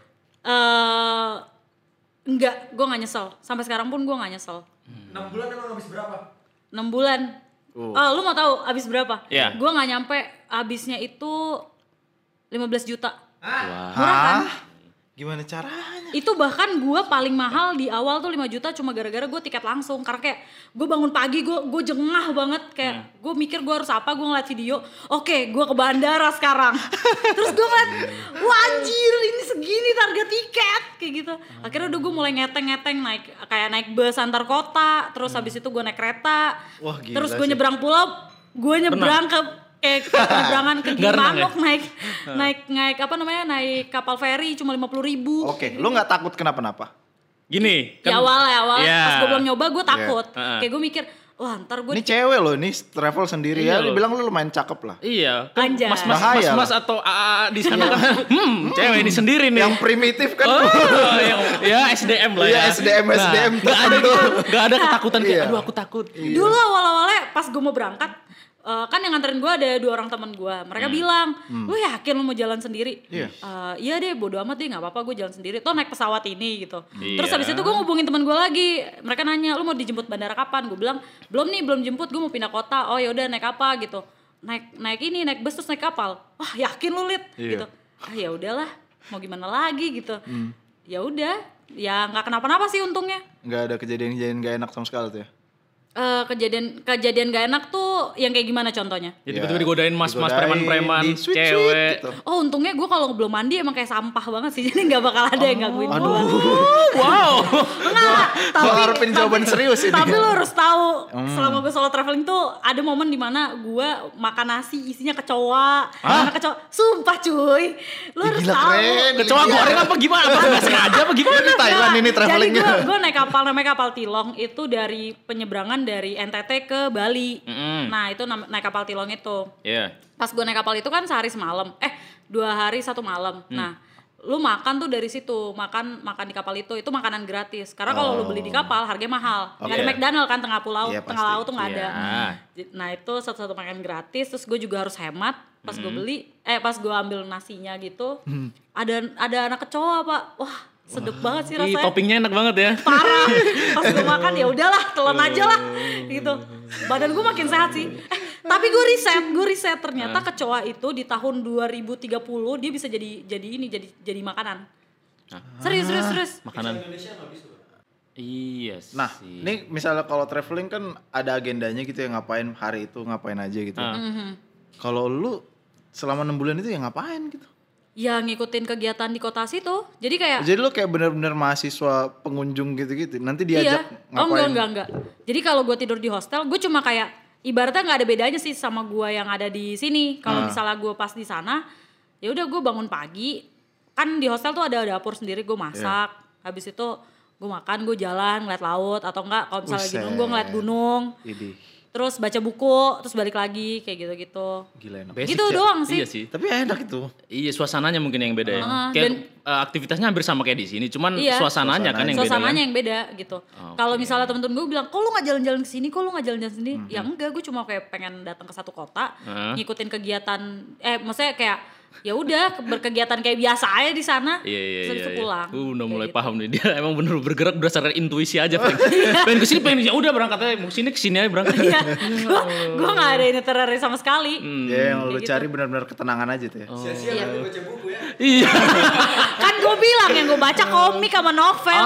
Eh, enggak, gue gak nyesel. Sampai sekarang pun gue gak nyesel. enam bulan emang habis berapa? enam bulan. Uh. Oh, lu mau tahu habis berapa? Iya. Gue gak nyampe habisnya itu lima belas juta. Wah. Murah kan? Gimana caranya? Itu bahkan gue paling mahal di awal tuh lima juta cuma gara-gara gue tiket langsung. Karena kayak gue bangun pagi gue gue jengah banget. Kayak Hmm. gue mikir gue harus apa, gue ngeliat video. Oke, gue ke bandara sekarang. Terus gue ngeliat, wah anjir ini segini harga tiket. Kayak gitu. Akhirnya udah gue mulai ngeteng-ngeteng naik kayak naik bus antar kota. Terus habis itu gue naik kereta. Wah, gila Terus gue sih. nyebrang pulau. Gue nyebrang ke kayak penyeberangan ke Nggak renang ya? Gimpanok naik naik naik apa namanya naik kapal feri cuma lima puluh ribu. Oke, lu nggak takut kenapa-napa? Gini. Ya awal ya awal Iya. pas gue belum nyoba gue takut. Heeh. Kayak gue mikir, wah ntar gue Ini cewek loh, ini travel sendiri Iya ya. loh. Dibilang lu lumayan cakep lah. Iya. Kan Anjay. mas-mas, Bahaya mas-mas atau A A di sana kan, hmm, cewek ini sendiri nih. Yang primitif kan. Oh, yang, ya S D M lah ya. Iya, S D M, S D M. Nggak ada gitu, nggak ada ketakutan kayak, Iya. aduh aku takut. dulu awal-awalnya pas gue mau berangkat eh, kan yang nganterin gue ada dua orang teman gue. Mereka bilang, lu yakin lu mau jalan sendiri? Iya. "Eh, iya deh, bodo amat deh, nggak apa-apa gue jalan sendiri. Toh naik pesawat ini gitu. Iya. Terus habis itu gue ngubungin teman gue lagi. Mereka nanya, lu mau dijemput bandara kapan? Gue bilang, belum nih, belum jemput. Gue mau pindah kota. Oh ya udah naik apa gitu? Naik naik ini, naik bus terus naik kapal. Wah yakin lu Lid? Iya. Gitu. Ah ya udahlah, mau gimana lagi gitu. Ya udah, ya nggak kenapa-napa sih untungnya. Nggak ada kejadian-kejadian gak enak sama sekali tuh ya. Eh, kejadian kejadian gak enak tuh yang kayak gimana contohnya? Ya tiba-tiba digodain mas-mas digodain, preman-preman, di sweet-sweet cewek. gitu. Oh untungnya gue kalau belum mandi emang kayak sampah banget sih jadi nggak bakal ada yang gangguin gue. Wow. Enggak, tapi Gua harapin jawaban serius ini. Tapi lo harus tahu selama gue solo traveling tuh ada momen dimana gue makan nasi isinya kecoa, karena kecoa. Sumpah cuy, lo harus Gila tahu. keren. Kecoa Iya. goreng apa gimana? Apa nggak sengaja apa gimana? Ini Thailand ini travelingnya. Jadi gue gue naik kapal namanya kapal Tilong itu dari penyeberangan dari N T T ke Bali. Mm-mm. Nah itu nam- naik kapal Tilong itu. Iya. Pas gue naik kapal itu kan sehari semalam, eh dua hari satu malam. Nah, lu makan tuh dari situ, makan makan di kapal itu, itu makanan gratis. Karena kalau lu beli di kapal harganya mahal. Nggak ada Oke. McDonald kan tengah pulau, Iya, tengah pasti. laut tuh nggak ada. Iya. J- Nah itu satu-satu makanan gratis. Terus gue juga harus hemat. Pas gue beli, eh pas gue ambil nasinya gitu, ada ada anak kecoa pak. Wah sedep banget sih Ih, rasanya. toppingnya enak banget ya. Parah. Pas gue makan ya udahlah telan aja lah gitu. Badan gue makin sehat sih. Eh, tapi gue riset, gue riset ternyata kecoa itu di tahun dua ribu tiga puluh dia bisa jadi jadi ini jadi jadi makanan. Serius serius serius. Makanan. Iya sih. Nah, ini misalnya kalau traveling kan ada agendanya gitu ya, ngapain hari itu, ngapain aja gitu. Ah. Kalau lu selama enam bulan itu ya ngapain gitu? Ya ngikutin kegiatan di kota situ. Jadi kayak Jadi lu kayak bener-bener mahasiswa pengunjung gitu-gitu. Nanti iya. diajak Oh ngapain? enggak enggak enggak. Jadi kalau gue tidur di hostel, gue cuma kayak ibaratnya nggak ada bedanya sih sama gue yang ada di sini. Kalau Ah. misalnya gue pas di sana, ya udah gue bangun pagi. Kan di hostel tuh ada dapur sendiri, gue masak. Habis itu gue makan, gue jalan ngeliat laut, atau enggak kalau misalnya lagi Buset. gunung gue ngeliat gunung, Idih. terus baca buku, terus balik lagi kayak gitu-gitu. Gila enak. Basic Gitu sih. doang sih. Iya sih. Tapi enak itu. Iya, suasananya mungkin yang beda ya. Uh, Kayak dan- eh, aktivitasnya hampir sama kayak di sini, cuman Iya. suasananya kan yang beda Suasananya kan. yang beda gitu. Kalau misalnya temen-temen gue bilang, kok lu gak jalan-jalan ke sini, kok lu gak jalan-jalan sini? Mhm. Ya enggak, gue cuma kayak pengen datang ke satu kota, Heeh. ngikutin kegiatan, eh maksudnya kayak ya udah berkegiatan kayak biasa aja di sana, Iya iya terus iya. habis itu iya. pulang. Gue udah Kayak mulai gitu. paham nih, dia emang bener bergerak berdasarkan intuisi aja pengen. pengen kesini pengen ya udah berangkat aja, mau kesini kesini aja berangkat. Iya, gue gue nggak ada itinerary sama sekali. Hmm. Ya yang lu Kayak cari benar-benar ketenangan aja tuh ya. Sia-sia Iya. kan baca buku ya. Iya. Kan gue bilang yang gue baca komik sama novel.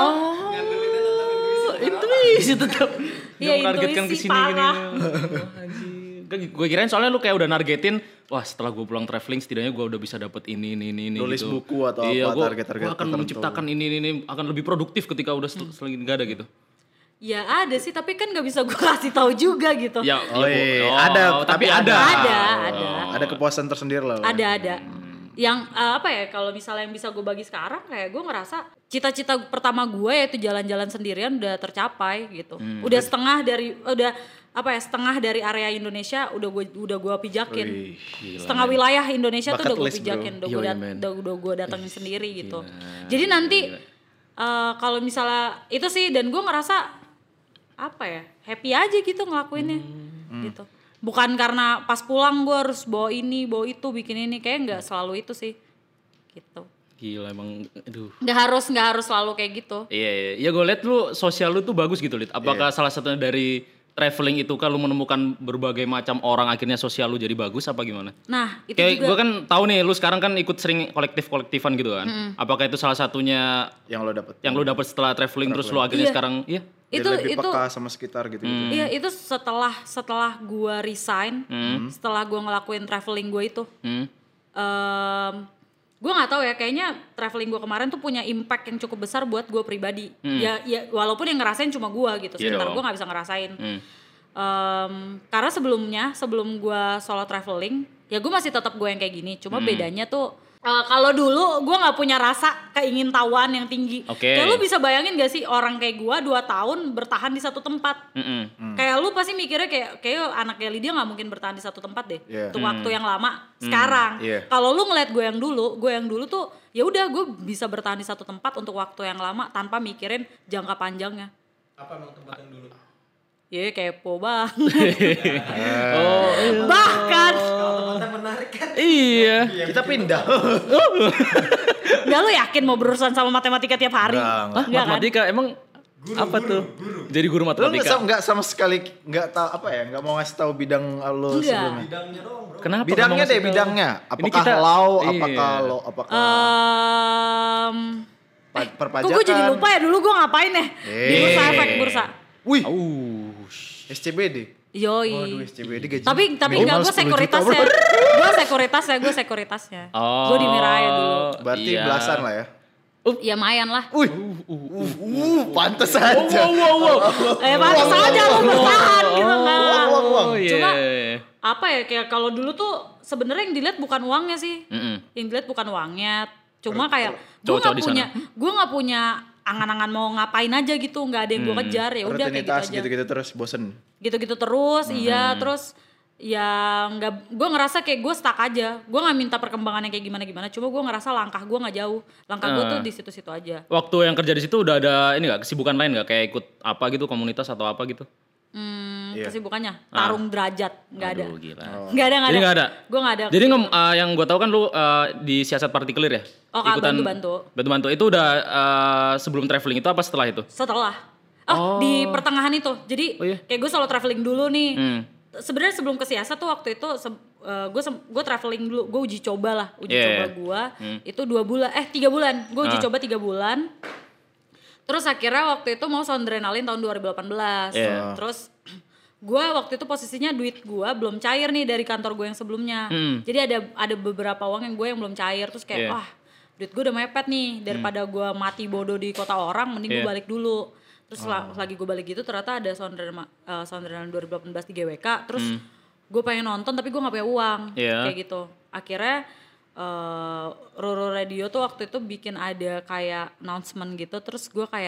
Oh, intuisi tetap. Iya, Dia menargetkan intuisi kesini gini. parah. Wah, anjing. Kan gue kirain soalnya lu kayak udah nargetin, wah setelah gue pulang traveling setidaknya gue udah bisa dapet ini ini ini ini Nulis gitu. buku atau iya, apa, gua- target-target gua akan tertentu. menciptakan ini ini ini akan lebih produktif ketika udah Hmm. setel- selagi nggak ada gitu. Ya ada sih, tapi kan nggak bisa gue kasih tahu juga gitu. Ya, Oh, ya, iya. Bu. Ada, tapi tapi ada. Ada, ada. Ada kepuasan tersendiri lah. Ada ada. Yang eh, apa ya, kalau misalnya yang bisa gue bagi sekarang, kayak gue ngerasa cita-cita pertama gue yaitu jalan-jalan sendirian udah tercapai gitu. Udah setengah dari udah apa ya setengah dari area Indonesia udah gue udah gue pijakin. Wih, Setengah wilayah Indonesia tuh Bucket udah gue list, pijakin, bro. udah gue Yoi, dat- man. udah, udah gue datengin sendiri gitu. Jadi nanti eh, kalau misalnya itu sih, dan gue ngerasa apa ya happy aja gitu ngelakuinnya gitu. Bukan karena pas pulang gue harus bawa ini, bawa itu, bikin ini, kayak nggak selalu itu sih, gitu. Gila emang, aduh. Nggak harus nggak harus selalu kayak gitu. Iya, iya. Ya gue liat lu sosial lu tuh bagus gitu, Lid. Apakah salah satunya dari traveling itu kan lu menemukan berbagai macam orang akhirnya sosial lu jadi bagus apa gimana? Nah itu Kayak juga. gue kan tahu nih lu sekarang kan ikut sering kolektif-kolektifan gitu kan. Apakah itu salah satunya yang lo dapet. yang lu dapat setelah traveling terus lu akhirnya Iya. sekarang iya? Jadi itu lebih itu peka sama sekitar gitu. gitu. iya itu setelah setelah gue resign, setelah gue ngelakuin traveling gue itu. Hmm. Em, gue nggak tahu ya, kayaknya traveling gue kemarin tuh punya impact yang cukup besar buat gue pribadi. Ya, ya walaupun yang ngerasain cuma gue gitu, Iya sementara dong. gue nggak bisa ngerasain. Hmm. Em, karena sebelumnya sebelum gue solo traveling, ya gue masih tetap gue yang kayak gini. Cuma bedanya tuh eh, kalau dulu gue nggak punya rasa keingintahuan yang tinggi. Oke. Kayak lu bisa bayangin gak sih orang kayak gue dua tahun bertahan di satu tempat. Mm-mm. Kayak lu pasti mikirnya kayak kayak anaknya Lydia nggak mungkin bertahan di satu tempat deh. Iya. Untuk waktu yang lama. Sekarang, Iya. kalau lu ngeliat gue yang dulu, gue yang dulu tuh ya udah gue bisa bertahan di satu tempat untuk waktu yang lama tanpa mikirin jangka panjangnya. Apa emang tempat yang dulu? Ya kepo bang. Oh, Bahkan Tempatnya menarik kan? iya. Kita pindah. nggak, lu yakin mau berurusan sama matematika tiap hari? Enggak, enggak. Hah, Nggak kan? matematika emang apa tuh? Jadi guru Lo nggak matematika. sama, nggak sama sekali nggak tahu apa ya, nggak mau ngasih tahu bidang lo Enggak. sebelumnya. Bidangnya doang bro. Kenapa? Bidangnya kamu deh, ngasih tahu? bidangnya. Ini Apakah kita- law, iya. apakah lo, apakah Ehm, pa- kok perpajakan? gue jadi lupa ya dulu gue ngapain ya? Di Eh. bursa efek bursa. Wih, Uh. S C B D. Yoi. Waduh, S C B D gaji. Tapi tapi minimal enggak, gue sepuluh juta, sekuritasnya. bro. Gue sekuritasnya, gue sekuritasnya. Oh. Gue di Miraya dulu. Berarti Iya. belasan lah ya. Ya lumayan lah. Wih, uh, uh, uh, pantes aja. Wow, wow, wow. Eh pantas aja lo bertahan gitu kan. Uang, uang, uang. Oh, iya. Cuma apa ya, kayak kalau dulu tuh sebenarnya yang dilihat bukan uangnya sih. Mm-mm. Yang dilihat bukan uangnya. Cuma kayak gue Cowok-cowok nggak di punya, sana. gue nggak punya angan-angan mau ngapain aja gitu, nggak ada yang gue kejar, ya udah kayak gitu Rutinitas aja. gitu-gitu terus bosen. Gitu-gitu terus, iya terus ya nggak, gue ngerasa kayak gue stuck aja. Gue nggak minta perkembangannya kayak gimana-gimana, cuma gue ngerasa langkah gue nggak jauh, langkah gue tuh di situ-situ aja. Waktu yang kerja di situ udah ada ini nggak kesibukan lain nggak, kayak ikut apa gitu, komunitas atau apa gitu? Hmm, Iya. kesibukannya tarung derajat nggak ada, Aduh, gila. nggak ada nggak Jadi ada. nggak ada? Gue nggak ada. Jadi ngom- uh, yang gue tahu kan lu uh, di siasat partikelir ya? Oh, Kak, bantu-bantu. Bantu-bantu. Itu udah uh, sebelum traveling itu apa setelah itu? Setelah, oh, di pertengahan itu, jadi Oh, iya? kayak gue solo traveling dulu nih. Hmm. Sebenarnya sebelum ke siasat tuh waktu itu gue gue traveling dulu, gue uji coba lah, uji Yeah. coba gue itu dua bulan, eh tiga bulan, gue uji Ah. coba tiga bulan. Terus akhirnya waktu itu mau Soundrenalin tahun dua ribu delapan belas. Yeah. Terus gue waktu itu posisinya duit gue belum cair nih dari kantor gue yang sebelumnya. Hmm. Jadi ada ada beberapa uang yang gue yang belum cair. Terus kayak Yeah. wah duit gue udah mepet nih, daripada gue mati bodoh di kota orang, mending gue Yeah. balik dulu. Terus la- lagi gue balik gitu ternyata ada Soundrenalin uh, Soundrenalin dua ribu delapan belas di G W K. Terus gue pengen nonton tapi gue gak punya uang. Yeah. Kayak gitu. Akhirnya uh, Roro Radio tuh waktu itu bikin ada kayak announcement gitu. Terus gue kayak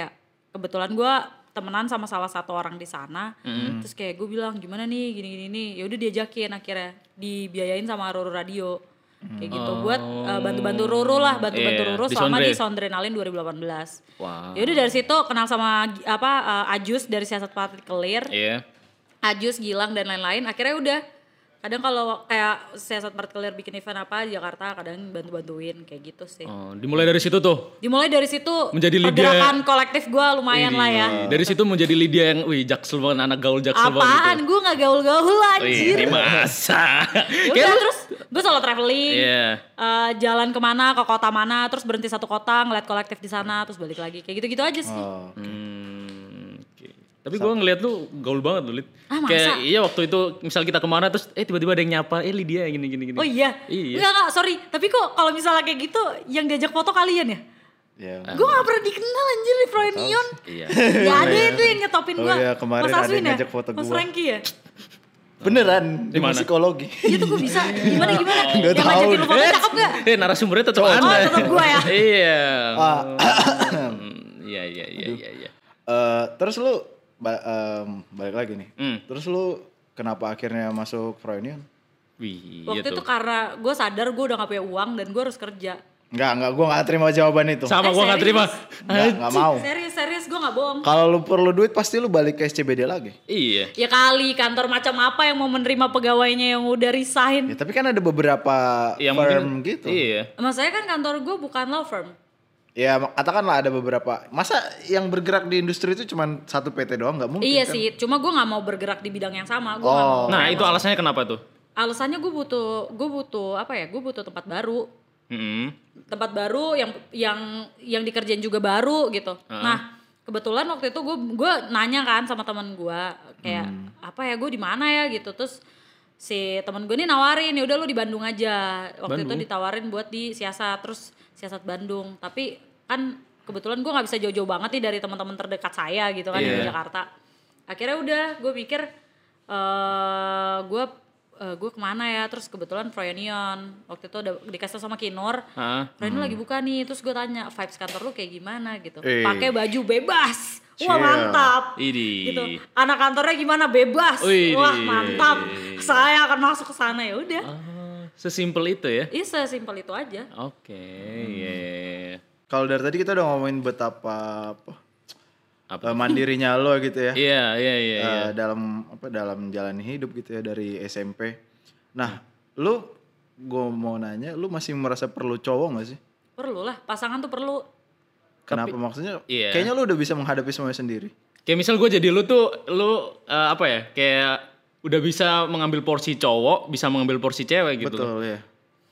kebetulan gue temenan sama salah satu orang di sana. Mm. Terus kayak gue bilang gimana nih gini-gini nih. Ya udah diajakin akhirnya dibiayain sama Roro Radio. Kayak gitu oh. buat uh, bantu-bantu Roro lah, bantu-bantu yeah. Roro di selama Sondre. di Sondrenalin dua ribu delapan belas. Wow. Ya udah dari situ kenal sama apa uh, Ajus dari Siasat Partikelir. Iya. Yeah. Ajus, Gilang dan lain-lain. Akhirnya udah kadang kalau kayak Siasat Partikelir bikin event apa di Jakarta kadang bantu-bantuin kayak gitu sih. Oh, dimulai dari situ tuh. Dimulai dari situ Menjadi Lydia- pergerakan kolektif gue lumayan Wih, lah ya. Dari situ menjadi Lydia yang wih jaksel banget, anak gaul jaksel banget Apaan? gitu. Gue gak gaul-gaul Wih, anjir. ini masa. Ya Kayak udah lu- terus gue solo traveling, Iya. eh, jalan kemana ke kota mana, terus berhenti satu kota ngeliat kolektif di sana, terus balik lagi kayak gitu-gitu aja sih. Oh. Hmm, oke. Tapi gue ngeliat lu gaul banget lu, Lid. Ah, masa? Kayak iya waktu itu misal kita kemana terus eh tiba-tiba ada yang nyapa, eh Lydia gini gini gini. Oh iya? Iya. Enggak, enggak, sorry. Tapi kok kalau misalnya kayak gitu yang diajak foto kalian ya? Ya. Gue gak pernah dikenal anjir di Froynion. Iya. Gak ada itu yang nyetopin Oh gue. iya, kemarin Mas ada Aswin yang ya? ngajak foto Mas gua. Franky ya? Beneran di Di mana? musikologi. Iya tuh gue bisa. Gimana gimana? Nggak Yang tahu ngajakin lu deh. foto cakep gak? Eh narasumbernya tetap Oh, Anda. tetap gua ya? Iya. Ah. Hmm, Iya iya iya iya iya. Eh, terus lu ba- em, balik lagi nih. Hmm. Terus lu kenapa akhirnya masuk Froynion? Wih, Waktu iya itu tuh. karena gue sadar gue udah gak punya uang dan gue harus kerja. Enggak, enggak, gua enggak terima jawaban itu. Sama Eh, gua enggak terima. Enggak, enggak mau. Serius, serius gue gak bohong. Kalau lu perlu duit pasti lu balik ke S C B D lagi. Iya. Ya kali kantor macam apa yang mau menerima pegawainya yang udah resign. Ya tapi kan ada beberapa Yang firm mungkin- gitu. Iya. Maksudnya kan kantor gue bukan law firm. Ya katakanlah ada beberapa. Masa yang bergerak di industri itu cuma satu P T doang nggak mungkin Iya kan? sih, cuma gue gak mau bergerak di bidang yang sama. Gue Oh. gak mau. Nah, itu alasannya kenapa tuh? Alasannya gue butuh, gue butuh apa ya? Gue butuh tempat baru. Mm-mm. Tempat baru yang yang yang dikerjain juga baru gitu. Nah kebetulan waktu itu gue gue nanya kan sama teman gue kayak apa ya gue di mana ya gitu. Terus si teman gue ini nawarin ya udah lu di Bandung aja. Waktu Bandung? itu ditawarin buat di Siasat, terus Siasat Bandung. Tapi kan kebetulan gue nggak bisa jauh-jauh banget nih dari teman-teman terdekat saya gitu kan Iya. di Jakarta. Akhirnya udah gue pikir eh gue uh, gue kemana ya, terus kebetulan Froynion waktu itu udah dikasih tau sama Kinur. Hah? Froynion lagi buka nih, terus gue tanya vibes kantor lu kayak gimana gitu. Eh. Pakai baju bebas, wah Chill. mantap. Idi. Gitu. Anak kantornya gimana, bebas, Widih. wah mantap. Saya akan masuk ke sana ya udah. Ah, sesimpel itu ya? Iya sesimpel itu aja. Oke, iya. Kalau dari tadi kita udah ngomongin betapa apa, Apa? eh, mandirinya lo gitu ya. Iya, iya, iya. Eh, iya. dalam apa dalam jalan hidup gitu ya dari S M P. Nah, lu gue mau nanya, lu masih merasa perlu cowok gak sih? Perlu lah, pasangan tuh perlu. Kenapa maksudnya? iya. Kayaknya lu udah bisa menghadapi semuanya sendiri. Kayak misal gue jadi lu tuh, lu eh, apa ya? Kayak udah bisa mengambil porsi cowok, bisa mengambil porsi cewek gitu. Betul ya.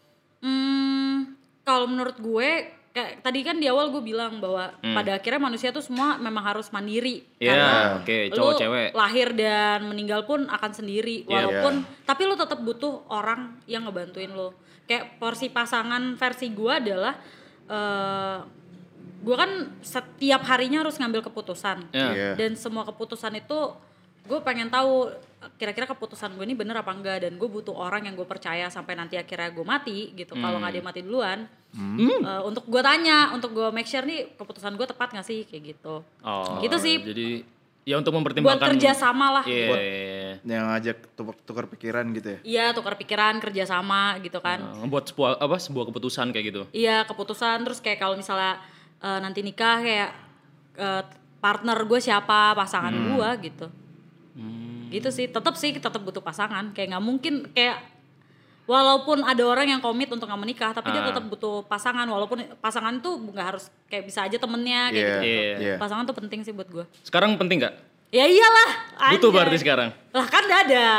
Hmm, kalau menurut gue kayak tadi kan di awal gue bilang bahwa pada akhirnya manusia tuh semua memang harus mandiri. Hmm. Iya, Karena oke, lu cowok cewek. lahir dan meninggal pun akan sendiri. Iya. Walaupun tapi lu tetap butuh orang yang ngebantuin lu. Kayak porsi pasangan versi gue adalah eh gue kan setiap harinya harus ngambil keputusan. Iya. Iya. Dan semua keputusan itu gue pengen tahu kira-kira keputusan gue ini bener apa enggak, dan gue butuh orang yang gue percaya sampai nanti akhirnya gue mati gitu. Kalau nggak dia mati duluan, eh, untuk gue tanya, untuk gue make sure nih keputusan gue tepat nggak sih kayak gitu. Oh, Gitu sih. Jadi ya untuk Buat mempertimbangkan. kerja sama lah. Iya. Buat- iya, iya. Yang ngajak tukar, tukar pikiran gitu ya. Iya, tukar pikiran, kerja sama gitu kan. Nah, ngebuat sebuah apa sebuah keputusan kayak gitu. Iya, keputusan. Terus kayak kalau misalnya eh, nanti nikah kayak eh, partner gue siapa, pasangan gue gitu. Gitu sih, tetap sih tetap butuh pasangan. Kayak nggak mungkin kayak walaupun ada orang yang komit untuk nggak menikah, tapi dia Ah. tetap butuh pasangan. Walaupun pasangan tuh nggak harus kayak bisa aja temennya kayak Iya, gitu. iya. iya. Pasangan tuh penting sih buat gue. Sekarang penting nggak? Ya iyalah. Butuh anjay. berarti sekarang. Lah kan udah ada.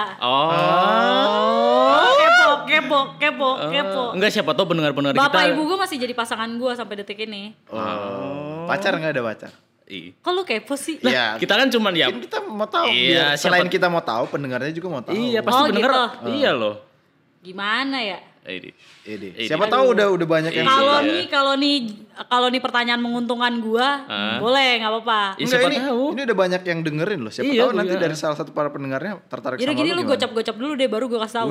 Oh. Kepo, kepo, kepo, kepo. Enggak, siapa tahu pendengar-pendengar kita. Bapak ibu gue masih jadi pasangan gue sampai detik ini. Oh. Pacar nggak ada pacar? Ih. Kok lu kepo sih? Iya. Kita kan cuman ya. Kan kita mau tahu. Iya, biar selain siapa- kita mau tahu, pendengarnya juga mau tahu. Iya, pasti Oh, pendengar. gitu. Iya loh. Gimana ya? Ini. Ini. Ini. Siapa tahu udah udah banyak yang Kalau Iya. nih kalau nih kalau nih pertanyaan menguntungkan gua, Hah? boleh nggak apa-apa. Ya, Enggak, siapa ini, tahu. ini udah banyak yang dengerin loh. Siapa Iya, tahu nanti iya. dari salah satu para pendengarnya tertarik Jadi sama gini lu lu gimana? gocap-gocap dulu deh baru gua kasih tahu.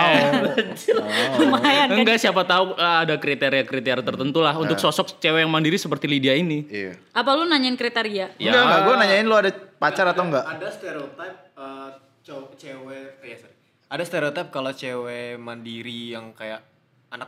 Buset. Lumayan kan. Enggak, siapa tahu uh, ada kriteria-kriteria tertentu lah untuk sosok cewek yang mandiri seperti Lydia ini. Iya. Apa lu nanyain kriteria? Ya. Enggak, enggak. Gue nanyain lu ada pacar atau enggak? Ada stereotip uh, cow- cewek eh, sorry. Ada stereotip kalau cewek mandiri yang kayak anak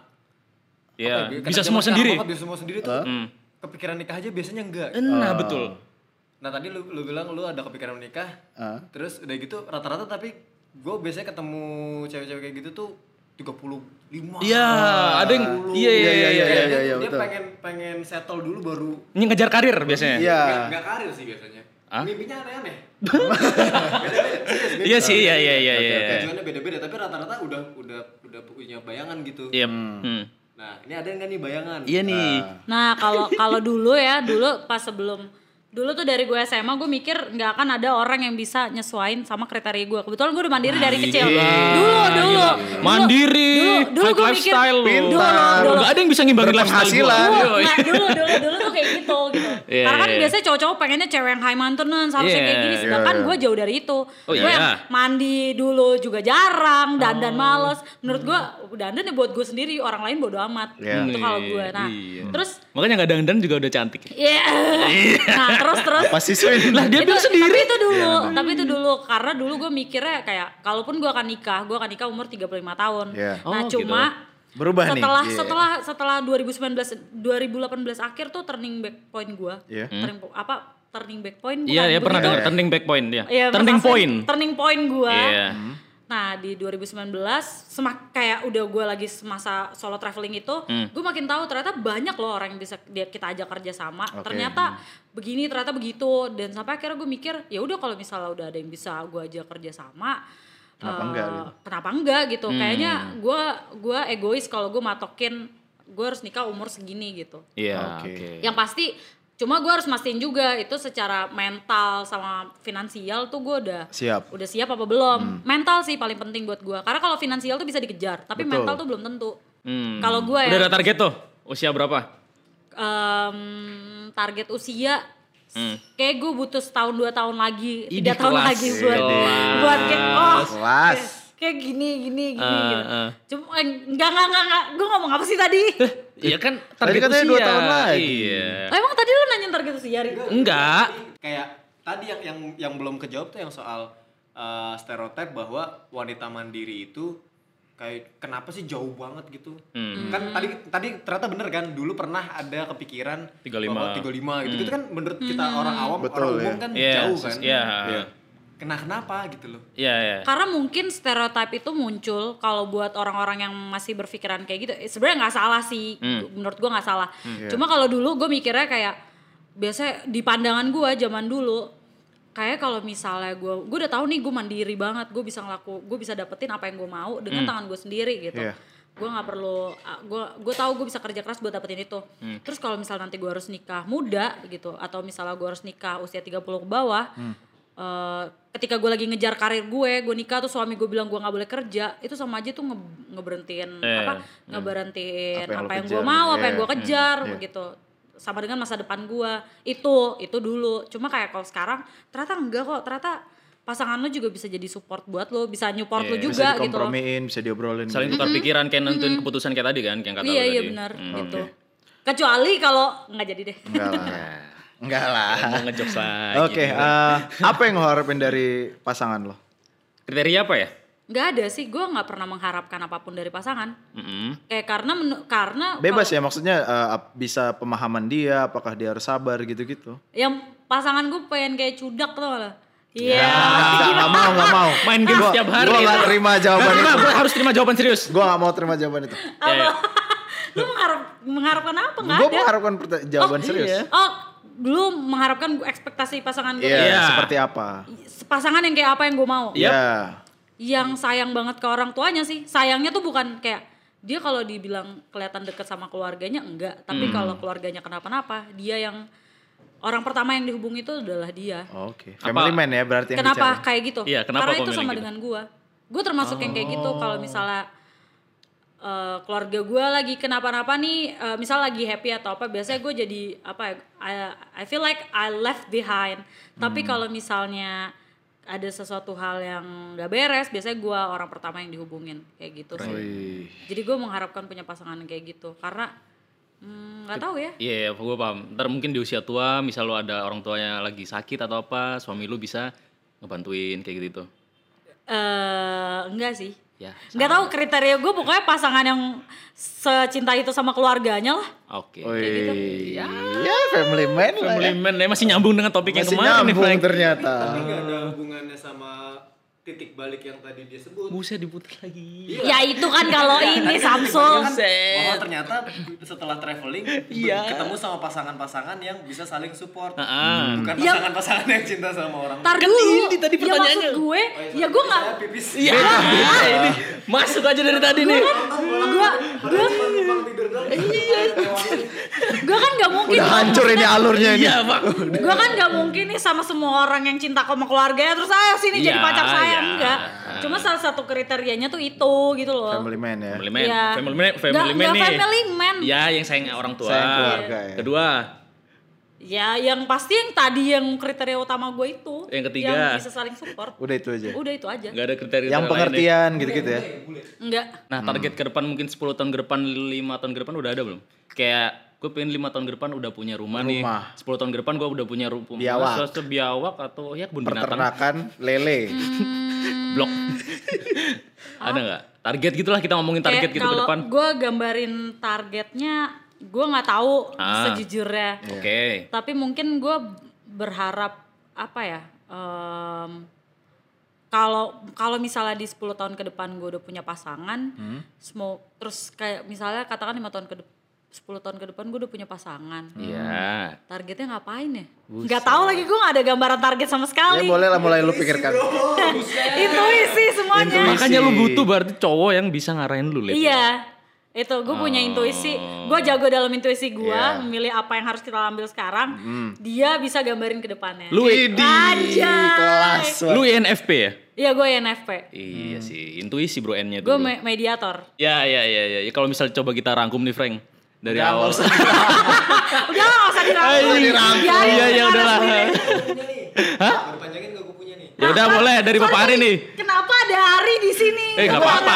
Iya, apa ya, bisa karena semua zaman sendiri. sekarang Bisa semua sendiri tuh. Hmm. Kepikiran nikah aja biasanya enggak. Nah, betul. Nah tadi lu, lu bilang lu ada kepikiran menikah, Ah. terus udah gitu rata-rata tapi gue biasanya ketemu cewek-cewek kayak gitu tuh tiga puluh lima. Iya, ada yang iya iya iya. iya. iya, iya, dia betul. pengen pengen settle dulu baru. Ini ngejar karir biasanya. Iya. Nggak, nggak karir sih biasanya. Hah? Mimpinya aneh-aneh. Beda-beda, serius, beda. Iya sih, iya iya iya iya. Tujuannya beda-beda tapi rata-rata udah udah udah punya bayangan gitu. Iya. Hmm. Nah ini ada nggak nih bayangan? Iya nih. Nah kalau kalau dulu ya dulu pas sebelum dulu tuh dari gue S M A gue mikir nggak akan ada orang yang bisa nyesuain sama kriteria gue. Kebetulan gue udah mandiri dari kecil. Dulu dulu. Mandiri, Dulu dulu high gue mikir lifestyle lu. dulu Pintar. dulu. Gak ada yang bisa ngimbangin lifestyle gua. Berpenghasilan. Dulu, Yoi. nah, dulu dulu dulu tuh kayak gitu gitu. Iya, Karena kan iya. biasanya cowok-cowok pengennya cewek yang high maintenance harusnya Iya, kayak gini. iya, Sedangkan iya. gue jauh dari itu. Oh, Gue iya. yang mandi dulu juga jarang, dandan Oh. males. Menurut gue dandan ya buat gue sendiri, orang lain bodo amat. Iya. Itu kalau gue. Nah, Iya. terus Makanya gak dandan juga udah cantik. Iya. Nah, terus terus Apa sih Swin? Lah dia itu, bilang sendiri. Tapi itu dulu, tapi itu dulu karena dulu gue mikirnya kayak kalaupun gue akan nikah, gue akan nikah umur tiga puluh lima tahun. Iya. Nah, Oh, cuma Berubah nih. setelah Iya. setelah setelah dua ribu sembilan belas dua ribu delapan belas akhir tuh turning back point gue. Iya. Turning po- apa turning back point bukan? Iya, ya pernah Begitu. dengar turning back point ya. Iya, Turning maksudnya point. Turning point gue. Iya. Nah di dua ribu sembilan belas semak kayak udah gue lagi masa solo traveling itu, Hmm. gue makin tahu ternyata banyak loh orang yang bisa dia kita ajak kerja sama. Oke. Ternyata begini, ternyata begitu, dan sampai akhirnya gue mikir ya udah kalau misalnya udah ada yang bisa gue ajak kerja sama, Kenapa eh, enggak gitu? Kenapa enggak gitu? Hmm. Kayaknya gue gue egois kalau gue matokin gue harus nikah umur segini gitu. Iya, Oke. oke. Yang pasti cuma gue harus mastiin juga itu secara mental sama finansial tuh gue udah Siap. udah siap apa belum. Mental sih paling penting buat gue karena kalau finansial tuh bisa dikejar tapi Betul. mental tuh belum tentu. Hmm. Kalau gue Udah ya ada target tuh? Usia berapa? em, target usia Hmm. kayak gue butuh setahun dua tahun lagi Ih, tiga di tahun kelas. lagi buat Kelas. buat kayak oh Kelas. kayak, kayak gini gini gini Eh, gitu. eh. Cuma eh, enggak enggak enggak, enggak. Gue ngomong apa sih tadi? Iya kan Tadi target katanya usia. dua tahun lagi. Iya. Oh, emang tadi lu nanyain target usia Ri? Enggak. Kayak tadi yang yang yang belum kejawab tuh yang soal uh, stereotip bahwa wanita mandiri itu kayak kenapa sih jauh banget gitu. Hmm. Kan tadi tadi ternyata bener kan dulu pernah ada kepikiran tiga puluh lima. bahwa tiga puluh lima gitu. Gitu kan menurut kita orang awam, Betul, orang umum ya. kan Iya, jauh kan. Iya. Iya. Kena kenapa gitu loh. Iya, iya. Karena mungkin stereotip itu muncul kalau buat orang-orang yang masih berpikiran kayak gitu. Eh, sebenarnya nggak salah sih, Hmm. menurut gue nggak salah. iya. Cuma kalau dulu gue mikirnya kayak biasanya di pandangan gue zaman dulu kayak kalau misalnya gue, gue udah tahu nih gue mandiri banget, gue bisa ngelaku, gue bisa dapetin apa yang gue mau dengan Hmm. tangan gue sendiri gitu. Iya. Gue nggak perlu, gue gue tahu gue bisa kerja keras buat dapetin itu. Hmm. Terus kalau misalnya nanti gue harus nikah muda gitu, atau misalnya gue harus nikah usia tiga puluh ke bawah. eh, ketika gue lagi ngejar karir gue, gue nikah tuh suami gue bilang gue nggak boleh kerja, itu sama aja tuh nge ngeberhentiin Eh, apa, ngeberhentiin Apa yang apa lo yang, kejar, gue mau, apa iya. yang gue kejar, Iya. gitu. Sama dengan masa depan gue, itu itu dulu. Cuma kayak kalau sekarang ternyata enggak kok, ternyata pasangan lo juga bisa jadi support buat lo, bisa nyupport Iya, lo Bisa juga gitu loh. dikompromiin, bisa diobrolin. Saling gitu. tukar pikiran kayak nentuin keputusan kayak tadi kan, kayak kata Iya lu iya tadi. benar Hmm. gitu. Oke. Kecuali kalau nggak jadi deh. Enggak lah. Enggak lah. Mau ngejokes lagi. Oke, gitu. eh, apa yang lo harapin dari pasangan lo? Kriteria apa ya? Nggak ada sih, gue nggak pernah mengharapkan apapun dari pasangan. Mm-mm. Kayak karena menu- karena Bebas kalau- ya, maksudnya eh, ap- bisa pemahaman dia, apakah dia harus sabar gitu-gitu. Yang pasangan gue pengen kayak cudak tuh lah. Iya. Enggak, enggak mau, enggak mau. Main game Gua- setiap hari. Gua enggak terima jawaban Enggak, itu. gue harus terima jawaban serius. Gua enggak mau terima jawaban itu. Ya, ya. Lu mengharap, mengharapkan apa? Nggak Gua ada. mengharapkan perta- jawaban Oh, serius. iya. Oh, dulu mengharapkan ekspektasi pasangan gue. Iya, Iya. seperti apa? Pasangan yang kayak apa yang gue mau. Yep. Iya. Yang sayang banget ke orang tuanya sih. Sayangnya tuh bukan kayak dia kalau dibilang kelihatan deket sama keluarganya enggak, tapi Hmm. kalau keluarganya kenapa-napa, dia yang orang pertama yang dihubungi itu adalah dia. Oke. Apa- Family man ya berarti yang Kenapa bicara. kayak gitu? Iya, kenapa Karena kok itu milih sama gitu? dengan gua. Gua termasuk yang kayak gitu kalau misalnya uh, keluarga gue lagi kenapa-napa nih, uh, misal lagi happy atau apa, biasanya gue jadi apa ya, I, I feel like I left behind. Hmm. Tapi kalau misalnya ada sesuatu hal yang gak beres, biasanya gue orang pertama yang dihubungin kayak gitu sih. Jadi gue mengharapkan punya pasangan kayak gitu karena nggak hmm, tahu ya. Iya, yeah, gue paham. Ntar mungkin di usia tua, misal lu ada orang tuanya lagi sakit atau apa, suami lu bisa ngebantuin kayak gitu. Eh, uh, enggak sih. Ya. Nggak tahu kriteria gue, pokoknya pasangan yang secinta itu sama keluarganya lah. Oke. Okay. Gitu. Ya, ya family man lah. Family man, ya masih nyambung dengan topik masih yang kemarin nih, Frank. Ternyata. Tapi nggak ada hubungannya sama titik balik yang tadi dia sebut. Buset, diputar lagi. Ya itu kan kalau ini Samsung. Bahwa ternyata setelah traveling iya. ketemu sama pasangan-pasangan yang bisa saling support. Uh-uh. Bukan pasangan-pasangan yang cinta sama orang. Tar dulu. Ini tadi pertanyaannya. Ya maksud gue, oh, ya gue nggak. Iya. Ini masuk aja dari tadi nih. Gue, gue, gue kan nggak mungkin. Udah hancur ini alurnya ini. Iya, Pak. Gue kan nggak mungkin nih sama semua orang yang cinta sama keluarganya terus ayo sini jadi pacar saya. Enggak, cuma salah satu kriterianya tuh itu gitu loh. Family man ya. Family man, ya. family man, family gak, man gak nih. family man. Ya, yang sayang orang tua. Sayang keluarga ya. Kedua. Ya, yang pasti yang tadi yang kriteria utama gue itu. Yang ketiga. Yang bisa saling support. Udah itu aja. Udah itu aja. Gak ada kriteria. Yang pengertian gitu-gitu ya. Enggak. Nah, target ke depan mungkin sepuluh tahun ke depan, lima tahun ke depan udah ada belum? Kayak gue pengen lima tahun ke depan udah punya rumah, rumah. nih. sepuluh tahun ke depan gue udah punya rumah. Biawak. Sesuatu biawak atau ya kebun binatang. Peternakan lele. Hmm. Blok. Ada nggak? Target gitulah, kita ngomongin target kayak gitu ke depan. Kalau gue gambarin targetnya, gue nggak tahu ah. sejujurnya. Oke. Okay. Tapi mungkin gue berharap apa ya? Um, kalau kalau misalnya di sepuluh tahun ke depan gue udah punya pasangan, hmm? semua terus kayak misalnya katakan lima tahun ke depan, sepuluh tahun ke depan gue udah punya pasangan. Iya. Yeah. Targetnya ngapain ya? Buset. Gak tahu lagi, gue gak ada gambaran target sama sekali. Ya boleh lah, mulai lu pikirkan. Intuisi semuanya. Intuisi. Makanya lu butuh berarti cowok yang bisa ngarahin lu, Lip. Iya. Itu gue oh. punya intuisi. Gue jago dalam intuisi gue, yeah. memilih apa yang harus kita ambil sekarang. Mm. Dia bisa gambarin ke depannya. Lu kelas. Lu I N F P ya? Iya, gue I N F P. Iya hmm. sih, intuisi bro N-nya tuh. Gue me- mediator. Ya, ya, ya, ya. ya kalau misal coba kita rangkum nih, Frank. Dari udah, awal. Udah gak usah dirangkum. Iya, ya udahlah. Hah? Panjangin gak gue punya nih. Ya udah boleh dari Bapak Ari nih. Kenapa ada Ari di sini? Eh enggak apa-apa.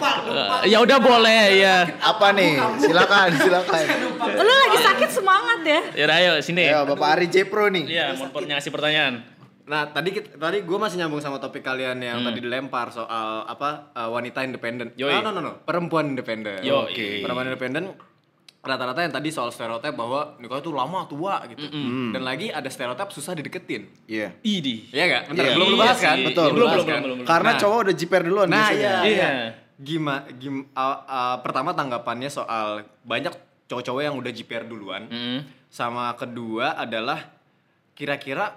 Ya udah boleh ya. Apa nih? Silakan, silakan. Lu lagi sakit semangat ya? Ya udah ayo sini. Ayo Bapak Ari J Pro nih. Iya, mau ngasih pertanyaan. Nah, tadi kita, tadi gue masih nyambung sama topik kalian yang hmm. tadi dilempar soal apa uh, wanita independen. No, no, no, no, perempuan independen. Oke. Okay. Perempuan independen rata-rata yang tadi soal stereotip bahwa nikah itu lama tua gitu. Mm-hmm. Dan lagi ada stereotip susah dideketin. Iya. Yeah. Idi. Iya enggak? Bentar, yeah. belum lu bahas kan? Betul. Ya, belum, belum, belum, belum. Karena nah, cowok udah jiper duluan nah, biasanya. Nah, iya. iya. Gimana gim, uh, uh, pertama tanggapannya soal banyak cowok-cowok yang udah jiper duluan. Mm-hmm. Sama kedua adalah kira-kira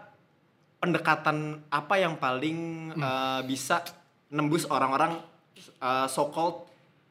pendekatan apa yang paling uh, bisa nembus orang-orang uh, so-called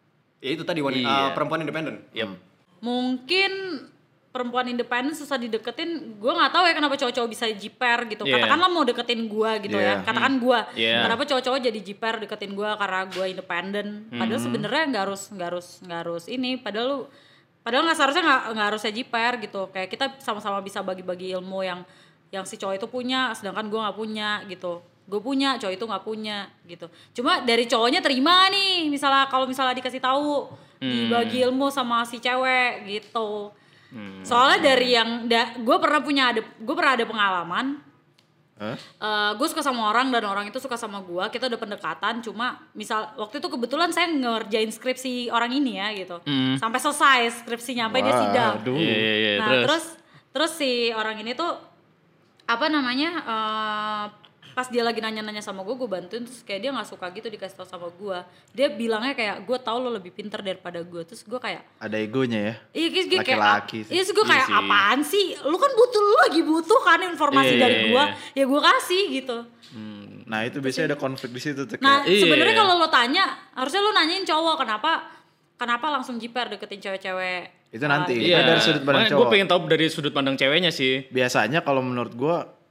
ya itu tadi wanita iya. uh, perempuan independen. Yep. Mungkin perempuan independen susah dideketin. Gue nggak tahu ya kenapa cowok-cowok bisa jiper gitu. Yeah. Katakanlah mau deketin gue gitu yeah. ya. Katakan gue. Yeah. Kenapa cowok-cowok jadi jiper deketin gue karena gue independen. Padahal mm-hmm. sebenarnya nggak harus nggak harus nggak harus ini. Padahal lu padahal nggak seharusnya nggak nggak harusnya jiper gitu. Kayak kita sama-sama bisa bagi-bagi ilmu yang yang si cowok itu punya, sedangkan gue nggak punya gitu. Gue punya, cowok itu nggak punya gitu. Cuma dari cowoknya terima nih. Misalnya kalau misalnya dikasih tahu. Hmm. Dibagi ilmu sama si cewek gitu. Hmm. Soalnya dari yang da, gue pernah punya ada gue pernah ada pengalaman. Huh? Uh, gue suka sama orang dan orang itu suka sama gue. Kita udah pendekatan. Cuma misal waktu itu kebetulan saya ngerjain skripsi orang ini ya gitu. Hmm. Sampai selesai skripsinya sampai dia sidang. Aduh. Yeah, yeah, yeah. Nah terus. terus terus si orang ini tuh apa namanya? Uh, pas dia lagi nanya-nanya sama gue, gue bantuin terus kayak dia nggak suka gitu dikasih tau sama gue. Dia bilangnya kayak gue tau lo lebih pintar daripada gue. Terus gue kayak ada egonya ya. Iya gue kayak laki-laki iya gue kayak iya apaan sih? Lu kan butuh lu lagi butuh kan informasi yeah. dari gue, ya gue kasih gitu. Hmm. Nah itu biasanya ada konflik di situ tuh. Nah kayak, sebenarnya kalau lo tanya, harusnya lo nanyain cowok kenapa kenapa langsung jiper deketin cewek-cewek. Itu nanti. Uh, iya. Dari sudut pandang cowok. Gue pengen tahu dari sudut pandang ceweknya sih. Biasanya kalau menurut gue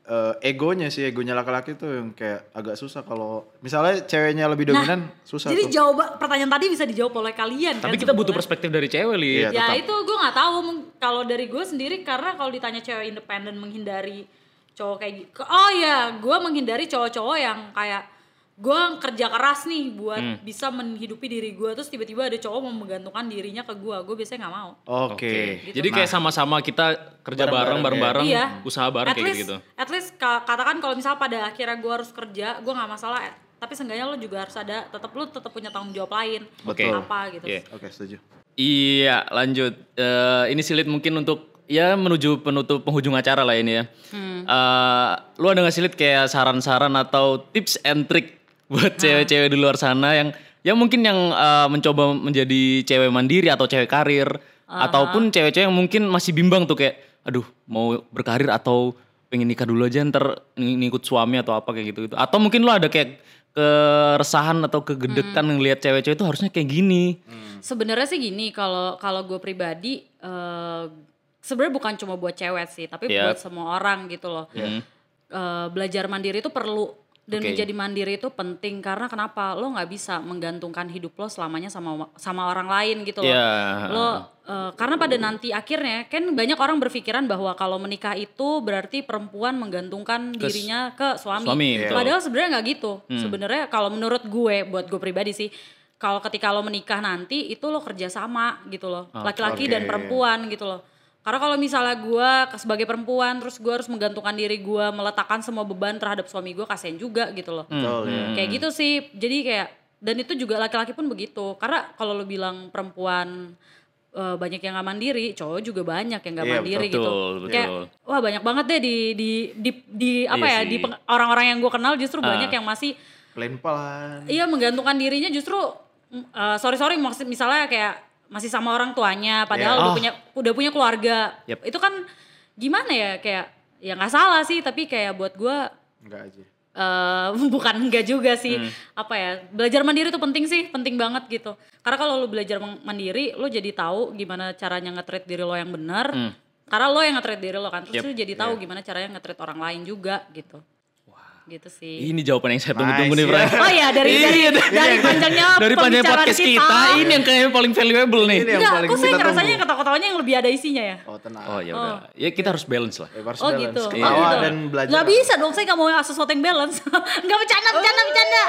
uh, egonya sih, egonya laki-laki tuh yang kayak agak susah kalau misalnya ceweknya lebih dominan Nah, susah jadi tuh. jawab pertanyaan tadi bisa dijawab oleh kalian kan. Tapi kita butuh sebetulnya. perspektif dari cewek, Li. Iya, Ya tetap. itu gue nggak tahu mung- kalau dari gue sendiri karena kalau ditanya cewek independen menghindari cowok kayak gitu. Oh ya, gue menghindari cowok-cowok yang kayak gue kerja keras nih buat Hmm. bisa menghidupi diri gue terus tiba-tiba ada cowok mau menggantungkan dirinya ke gue. Gue biasanya nggak mau. Oke. Gitu. Jadi kayak sama-sama kita kerja bareng, Bareng-bareng, bareng-bareng, Iya. usaha bareng At kayak least, gitu. At least ka- katakan kalau misal pada akhirnya gue harus kerja, gue nggak masalah. eh, Tapi seenggaknya lo juga harus ada, tetap lo tetap punya tanggung jawab lain. Betul. Apa gitu. Iya. Oke, setuju. Iya, lanjut. Eh, ini Silit mungkin untuk ya menuju penutup penghujung acara lah ini ya. Hmm. Eh, lu ada nggak Silit kayak saran-saran atau tips and trick buat cewek-cewek di luar sana yang yang mungkin yang eh, mencoba menjadi cewek mandiri atau cewek karir ataupun cewek-cewek yang mungkin masih bimbang tuh kayak aduh mau berkarir atau pengen nikah dulu aja ntar ng- ngikut suami atau apa kayak gitu gitu. Atau mungkin lu ada kayak keresahan atau kegedekan ngelihat cewek-cewek itu harusnya kayak gini. Sebenarnya sih gini, kalau kalau gue pribadi eh, sebenarnya bukan cuma buat cewek sih, tapi Yap. buat semua orang gitu loh. Eh, belajar mandiri itu perlu dan Oke. menjadi mandiri itu penting karena kenapa? Lo nggak bisa menggantungkan hidup lo selamanya sama sama orang lain gitu loh. Iya. Lo eh, karena pada nanti akhirnya kan banyak orang berpikiran bahwa kalau menikah itu berarti perempuan menggantungkan Ke dirinya ke suami. suami, betul. Padahal sebenarnya nggak gitu. Sebenarnya kalau menurut gue, buat gue pribadi sih, kalau ketika lo menikah nanti itu lo kerja sama gitu loh, laki-laki oke. dan perempuan gitu loh. Karena kalau misalnya gue sebagai perempuan terus gue harus menggantungkan diri gue, meletakkan semua beban terhadap suami gue, kasihan juga gitu loh. Betul ya. Kayak gitu sih. Jadi kayak dan itu juga laki-laki pun begitu. Karena kalau lo bilang perempuan eh, banyak yang gak mandiri, cowok juga banyak yang gak Iya, mandiri betul, gitu. betul. Kayak wah banyak banget deh di di di, di apa Iya ya sih. di peng- orang-orang yang gue kenal justru Ah. banyak yang masih Pelan-pelan. iya menggantungkan dirinya justru uh, sorry sorry maksud misalnya kayak masih sama orang tuanya padahal Iya. udah Ah. punya udah punya keluarga. Yep. Itu kan gimana ya kayak ya nggak salah sih tapi kayak buat gue Enggak aja. uh, bukan enggak juga sih Hmm. apa ya belajar mandiri itu penting sih penting banget gitu karena kalau lu belajar meng- mandiri lu jadi tahu gimana caranya nge-treat diri lo yang benar Hmm. karena lo yang nge-treat diri lo kan terus Yep. lu jadi tahu gimana caranya nge-treat orang lain juga gitu. Gitu sih. Ini jawaban yang saya tunggu-tunggu nih, Nice, Frank. ya. Oh iya dari dari Iya, dari panjangnya Dari panjang pembicaraan podcast kita, ini yang kayaknya paling valuable nih. Ini yang Enggak, paling kok saya kita ngerasanya tunggu. ketawa-ketawanya yang lebih ada isinya ya? Oh, tenang. Oh ya udah. Ya kita harus balance lah. Ya, harus Oh balance. gitu. Ketawa Oh, gitu. dan belajar. Nggak bisa dong, saya nggak mau sesuatu yang balance. Nggak bercanda, bercanda, bercanda.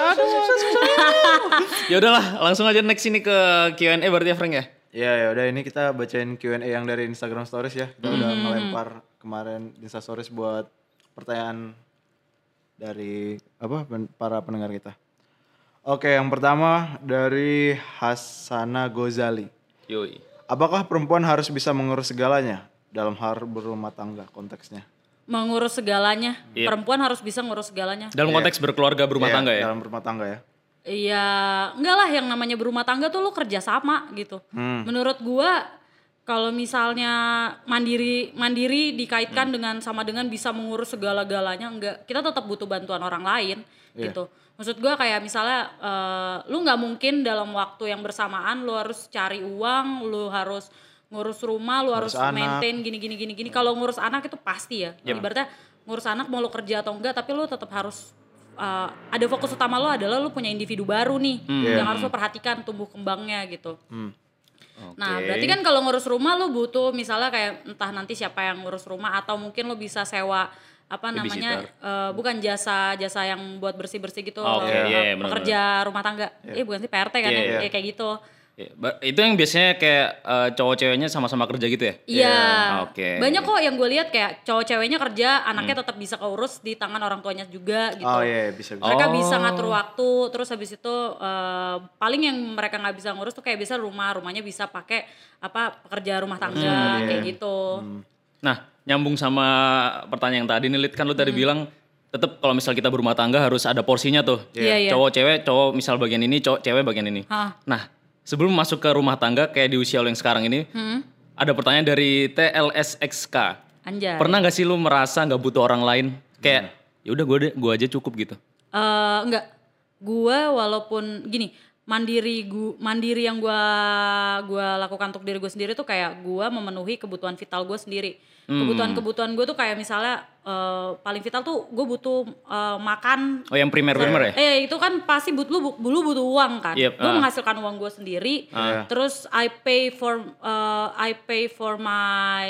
Ya udahlah, langsung aja next ini ke Q and A berarti ya, Frank ya. Ya ya udah ini kita bacain Q and A yang dari Instagram Stories ya. Kita udah ngelempar kemarin di Insta Stories buat pertanyaan dari apa pen- para pendengar kita. Oke, yang pertama dari Hasana Gozali. Yoi. Apakah perempuan harus bisa mengurus segalanya dalam hal berumah tangga konteksnya? Mengurus segalanya. Iya. Perempuan harus bisa ngurus segalanya. Dalam konteks berkeluarga berumah Iya, tangga ya. Dalam berumah tangga ya. Iya, enggak lah yang namanya berumah tangga tuh lo kerja sama gitu. Hmm. Menurut gua kalau misalnya mandiri mandiri dikaitkan dengan sama dengan bisa mengurus segala-galanya enggak. Kita tetap butuh bantuan orang lain Iya. gitu. Maksud gua kayak misalnya eh, lu nggak mungkin dalam waktu yang bersamaan lu harus cari uang, lu harus ngurus rumah, lu harus, Ngurus anak. maintain gini gini gini gini. Kalau ngurus anak itu pasti ya. Yep. Ibaratnya ngurus anak mau lu kerja atau enggak, tapi lu tetap harus uh, ada fokus utama lo adalah lo punya individu baru nih Iya. yang harus lo perhatikan tumbuh kembangnya gitu. Hmm. Nah Oke. berarti kan kalau ngurus rumah lo butuh misalnya kayak entah nanti siapa yang ngurus rumah atau mungkin lo bisa sewa apa namanya eh, bukan jasa jasa yang buat bersih bersih gitu Oke, eh, iya, benar-benar. pekerja rumah tangga. Eh bukan sih P R T kan Iya, ya? iya. Ya, kayak gitu. Ya, ba- itu yang biasanya kayak eh, cowok-ceweknya sama-sama kerja gitu ya? Iya. Oke. Banyak kok yang gue lihat kayak cowok ceweknya kerja, anaknya Hmm. tetap bisa keurus di tangan orang tuanya juga gitu. Oh iya, bisa bisa. Mereka Oh. bisa ngatur waktu, terus habis itu eh, paling yang mereka nggak bisa ngurus tuh kayak bisa rumah, rumahnya bisa pakai apa pekerja rumah tangga Hmm, kayak iya. gitu. Nah, nyambung sama pertanyaan yang tadi nih, Lid, kan lu tadi Hmm. bilang tetap kalau misal kita berumah tangga harus ada porsinya tuh. Iya, iya. Cowok cewek, cowok misal bagian ini, cowok cewek bagian ini. Hah. Nah, sebelum masuk ke rumah tangga kayak di usia lo yang sekarang ini, Hmm. ada pertanyaan dari T L S X K. Anjay. Pernah gak sih lu merasa nggak butuh orang lain? Kayak ya udah gue gue aja cukup gitu. Eh, enggak, gue walaupun gini, mandiri gua, mandiri yang gue gua lakukan untuk diri gue sendiri tuh kayak gue memenuhi kebutuhan vital gue sendiri. Hmm. Kebutuhan-kebutuhan gue tuh kayak misalnya uh, paling vital tuh gue butuh uh, makan. Oh yang primer-primer ya? Eh itu kan pasti butuh lu, lu butuh uang kan. Yep, Gue uh. menghasilkan uang gue sendiri. Uh. Terus I pay for uh, I pay for my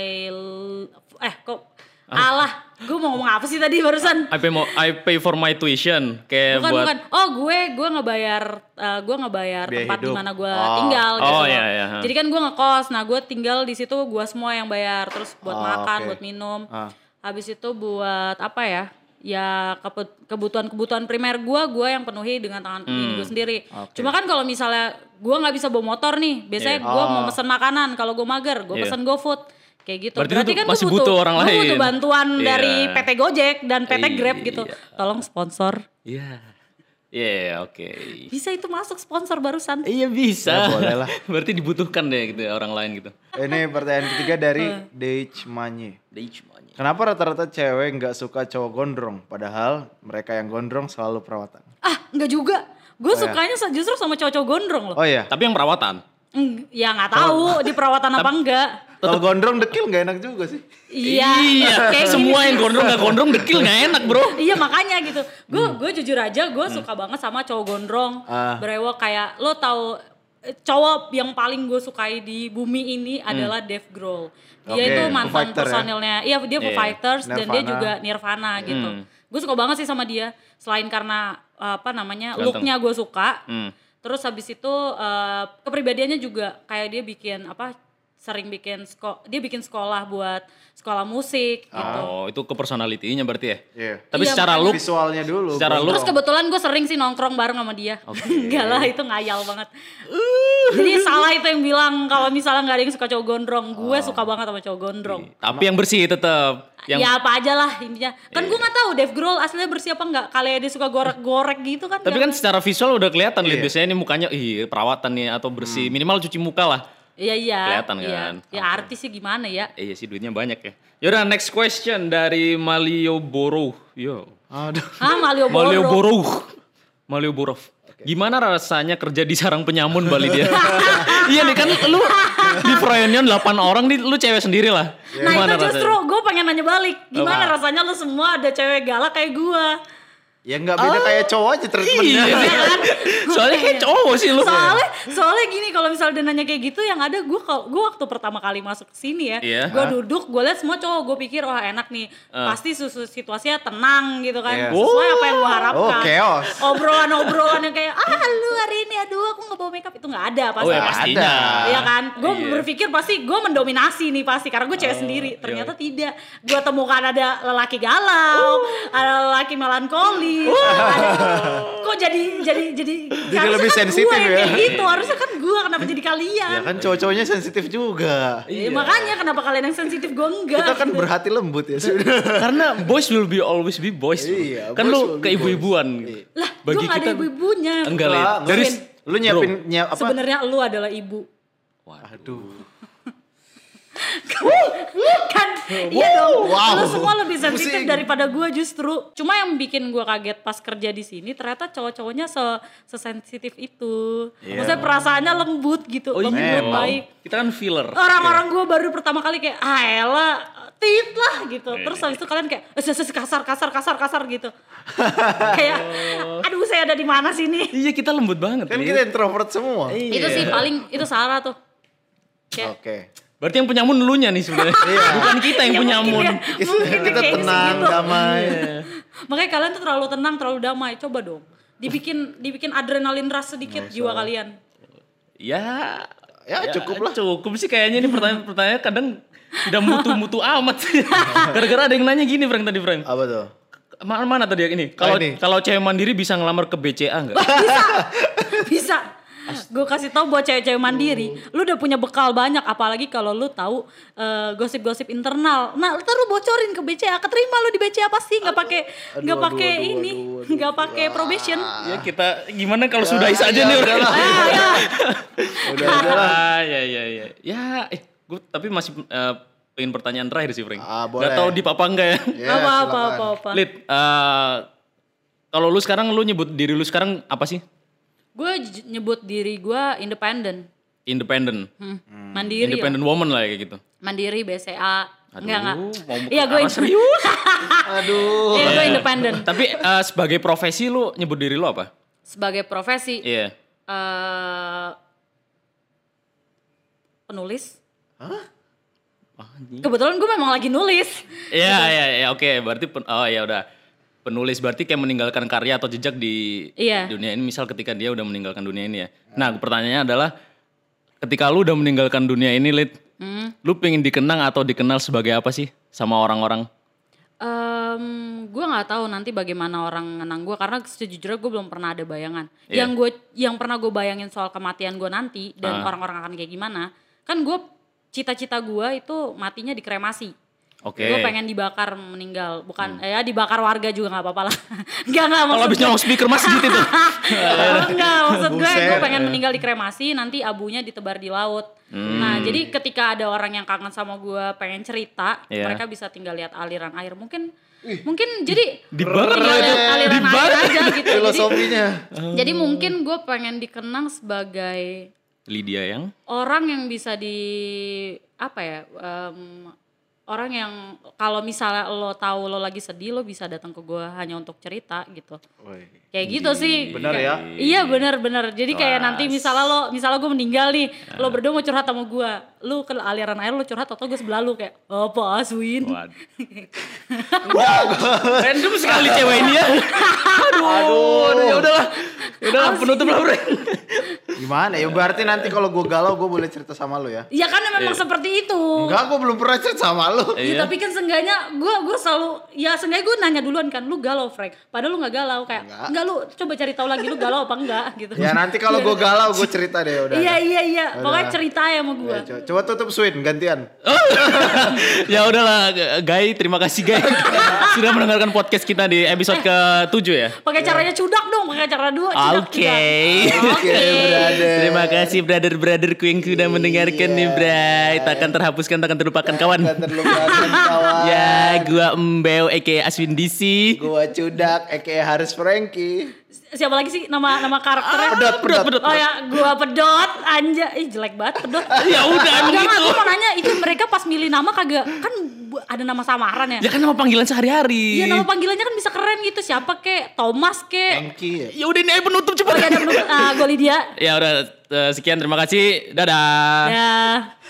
eh kok alah, gue mau ngomong apa sih tadi barusan? I pay, mo- I pay for my tuition kayak Bukan buat bukan. Oh gue gue ngebayar uh, gue ngebayar Biaya tempat di hidup. mana gue Oh. tinggal gitu. Oh, loh. iya, iya. Jadi kan gue ngekos. Nah gue tinggal di situ gue semua yang bayar. Terus buat Oh, makan, oke. buat minum. Ah. Habis itu buat apa ya? Ya kebu- kebutuhan-kebutuhan primer gue gue yang penuhi dengan tangan ini gue sendiri. Oke. Cuma kan kalau misalnya gue nggak bisa bawa motor nih, biasanya Iya. gue Oh. mau pesen makanan. Kalau gue mager, gue Iya. pesen GoFood. Kayak gitu. Berarti Berarti, itu kan masih gue butuh orang gua lain. butuh bantuan Iya. dari P T Gojek dan P T Grab gitu. Iya. Tolong sponsor. Iya. Iya, oke. Bisa itu masuk sponsor barusan. Iya bisa. Ya, boleh lah. Berarti dibutuhkan deh gitu ya, orang lain gitu. Ini pertanyaan ketiga dari Deich Manye. Kenapa rata-rata cewek nggak suka cowok gondrong, padahal mereka yang gondrong selalu perawatan? Ah, enggak juga. Gue Oh, ya. sukanya sa- justru sama cowok-cowok gondrong loh. Oh iya, Tapi yang perawatan. Eng- ya nggak tahu di perawatan apa enggak. kalau gondrong dekil nggak enak juga sih. Iya. kayak Semua gini. yang gondrong gak gondrong dekil gak enak bro. Iya makanya gitu. Gue gue jujur aja gue suka banget sama cowok gondrong. Ah. Berewok kayak lo tahu eh, cowok yang paling gue sukai di bumi ini adalah Dave Grohl. Dia Oke, itu Foo mantan Fighter ya? personilnya. Iya dia Foo Iya. Fighters dan dia Nirvana. juga Nirvana gitu. Gue suka banget sih sama dia. Selain karena apa namanya Ganteng. looknya gue suka. Hmm. Terus habis itu eh, kepribadiannya juga kayak dia bikin apa sering bikin sko dia bikin sekolah buat sekolah musik gitu. Oh itu ke personality-nya berarti ya? Iya. Tapi Iya, secara makanya. look, Visualnya dulu. Secara gondrong. look- Terus kebetulan gue sering sih nongkrong bareng sama dia. Enggak lah itu ngayal banget. Jadi salah itu yang bilang kalau misalnya nggak ada yang suka cowok gondrong. Gue suka banget sama cowok gondrong. tapi yang bersih tetap. Yang Ya apa aja lah intinya. Kan gue nggak tahu Dave Grohl aslinya bersih apa nggak. Kali dia suka gorek-gorek gitu kan. Tapi nggak- kan secara visual udah kelihatan lihat Iya. biasanya ini mukanya ih perawatan nih atau bersih minimal cuci muka lah. Iya iya. Kelihatan iya. kan? Ya artis sih gimana ya. Eh, iya sih duitnya banyak ya. Yaudah next question dari Malioboro. Yo. Aduh. Ah Malioboro. Malioboro. Malioboro. Gimana rasanya kerja di sarang penyamun Bali dia? Iya nih kan lu di Froyonion delapan orang nih lu cewek sendiri lah. Nah Gimana itu justru rasanya? gue pengen nanya balik. Gimana Apa? rasanya lu semua ada cewek galak kayak gue. Ya nggak beda kayak cowok aja treatmentnya. Iya. Soalnya kayak cowok sih lu. Soalnya soalnya gini kalau misalnya dia nanya kayak gitu yang ada gue gue waktu pertama kali masuk ke sini ya, Iya. gue Hah? duduk gue lihat semua cowok gue pikir wah enak nih Ah. pasti susu situasinya tenang gitu kan Iya. sesuai apa yang gue harapkan. Oh, chaos. Obrolan-obrolan yang kayak ah lu hari ini aduh aku nggak bawa makeup itu nggak ada pasti. Oh ya Nggak pastinya. ada. Iya kan, gue Iya. berpikir pasti gue mendominasi nih pasti karena gue cewek sendiri. Ternyata tidak, gue temukan ada lelaki galau, ada lelaki melankoli, ada- kok jadi jadi jadi, harusnya lebih kan sensitif gue yang ya. kayak gitu, harusnya kan gue kenapa jadi kalian? Ya kan cowok-cowoknya sensitif juga. Ya, makanya kenapa kalian yang sensitif gue enggak? Kita kan gitu. berhati lembut ya sebenarnya. Karena boys will be always be boys. bro. Iya, kan boys lu will be keibu-ibuan. boys. gitu. Lah, gue gak ada ibu-ibunya. Enggak Lah, lah. Dari lu- lu nyiapin nyiap apa? Sebenarnya lu adalah ibu. Aduh. Kan iya dong. Wow. Lu semua lebih sensitif Pusing. daripada gue justru. Cuma yang bikin gue kaget pas kerja di sini ternyata cowok-cowoknya se sesensitif itu. Iya. Maksudnya perasaannya lembut gitu, Oh iya, lembut memang. baik. kita kan filler. Orang-orang gue baru pertama kali kayak ah elah tit lah gitu. Iya. Terus habis itu kalian kayak "Eh, ses- ses- kasar kasar kasar kasar gitu. Kayak aduh saya ada di mana sini? Iya kita lembut banget. Kan Lid. kita introvert semua. Iya. Itu sih paling itu Sarah tuh. Kayak Oke. Berarti yang penyamun lunya nih sebenarnya. Bukan kita yang ya penyamun. mungkin ya, Kita, mungkin kita kayak tenang, segitu. damai. Makanya kalian tuh terlalu tenang, terlalu damai. Coba dong. Dibikin dibikin adrenalin rush sedikit jiwa kalian. Ya. Ya, cukup lah. Cukup sih kayaknya ini pertanyaan-pertanyaan kadang udah mutu-mutu amat sih. Gara-gara ada yang nanya gini Frank tadi Frank. Apa tuh? Mana mana tadi ini? Kalau ini. kalau cewek mandiri bisa ngelamar ke B C A enggak? Bisa. Gue kasih tau buat cewek-cewek mandiri, lu udah punya bekal banyak, apalagi kalau lu tahu eh, gosip-gosip internal. Nah, ntar lu bocorin ke B C A, keterima lu di B C A pasti, nggak pakai nggak aduh, pakai aduh, ini, aduh, aduh. nggak pakai probation. Ya kita gimana kalau sudahi saja ya, nih udah lah. Ah, ya. Udah, udah lah. Ah, ya ya ya. Ya, eh gue tapi masih eh, pengen pertanyaan terakhir sih Frank. Ah, boleh. Gak tahu di apa enggak ya. Ya, apa, apa silakan. apa apa. Lid, eh, kalau lu sekarang lu nyebut diri lu sekarang apa sih? Gue j- nyebut diri gue independen. Independent. Hmm. Mandiri Independent lah. woman lah kayak gitu. Mandiri, B C A. Aduh, Enggak, enggak. mau Iya, gue arah serius. Aduh. Iya, gue independen. Tapi eh, sebagai profesi lu nyebut diri lu apa? Sebagai profesi, Iya. eh, penulis. Ah, anjing. Kebetulan gue memang lagi nulis. Iya, iya, iya, oke. Berarti pen- oh ya udah. Penulis berarti kayak meninggalkan karya atau jejak di Iya. dunia ini, misal ketika dia udah meninggalkan dunia ini ya. Nah, pertanyaannya adalah ketika lu udah meninggalkan dunia ini, Lid, Hmm. lu pengen dikenang atau dikenal sebagai apa sih sama orang-orang? Um, gue nggak tahu nanti bagaimana orang ngenang gue karena sejujurnya gue belum pernah ada bayangan. Iya. Yang gue, yang pernah gue bayangin soal kematian gue nanti dan Ah. orang-orang akan kayak gimana. Kan gue cita-cita gue itu matinya dikremasi. Oke. Gue pengen dibakar meninggal, bukan ya dibakar warga juga nggak apa-apa lah. Enggak enggak Kalau maksud habis nyolong speaker masjid itu. enggak maksud gue gue Buset. pengen meninggal dikremasi nanti abunya ditebar di laut. Nah jadi ketika ada orang yang kangen sama gue pengen cerita, Iya. mereka bisa tinggal lihat aliran air mungkin mungkin jadi Dibakar tinggal lihat itu. aliran Dibakar. air aja gitu. Jadi, Filosofinya. jadi mungkin gue pengen dikenang sebagai Lydia yang orang yang bisa di apa ya em, orang yang kalau misalnya lo tahu lo lagi sedih lo bisa datang ke gue hanya untuk cerita gitu Woi. kayak gitu sih. Benar Kayak- ya? Iya benar-benar. Jadi kayak Kelas. nanti misalnya lo misalnya gue meninggal nih lo berdua mau curhat sama gue, lo ke aliran air lo curhat atau gue sebelah lo kayak apa Aswin. Waduh. Random sekali cewek ini ya. Aduh, aduh, ya udahlah. Ya udahlah, penutup lah, Bre. Gimana ya? Berarti nanti kalau gue galau gue boleh cerita sama lo ya? Ya kan memang seperti itu. Enggak, gue belum pernah cerita sama lo. Ya, tapi kan seenggaknya gue gue selalu ya seenggaknya gue nanya duluan kan lu galau Frank padahal lu nggak galau kayak Enggak. enggak, lu coba cari tahu lagi lu galau apa enggak gitu. Ya nanti kalau gue galau gue cerita deh udah. Iya iya iya Udah. pokoknya cerita ya sama gue. Ya, coba, coba tutup Swin gantian. Ya udahlah, Guy, terima kasih Guy sudah mendengarkan podcast kita di episode ketujuh ya. Pakai caranya cudak dong, pakai cara dua cudak. Oke. Oke. brother. Terima kasih brother-brotherku yang sudah mendengarkan nih, Bray. Takkan terhapuskan, takkan terlupakan kawan. Gak terlupakan kawan. Ya, gua Mbeo aka Aswin D C. Gua Cudak, aka Haris Franky. Siapa lagi sih nama nama karakternya? Pedot, pedot, pedot. Oh ya, gua pedot, anja, ih jelek banget pedot. Ya udah, emang Enggak, enggak, gitu. gua mau nanya itu mereka pas milih nama kagak kan bu- ada nama samaran ya? Ya kan nama panggilan sehari-hari. Iya nama panggilannya kan bisa keren gitu, siapa kek, Thomas kek. Franky ya. Ya udah ini aja penutup Oh cepat. iya ada penutup, ah, gue Lydia. Ya udah, eh, sekian terima kasih. Dadah. Ya.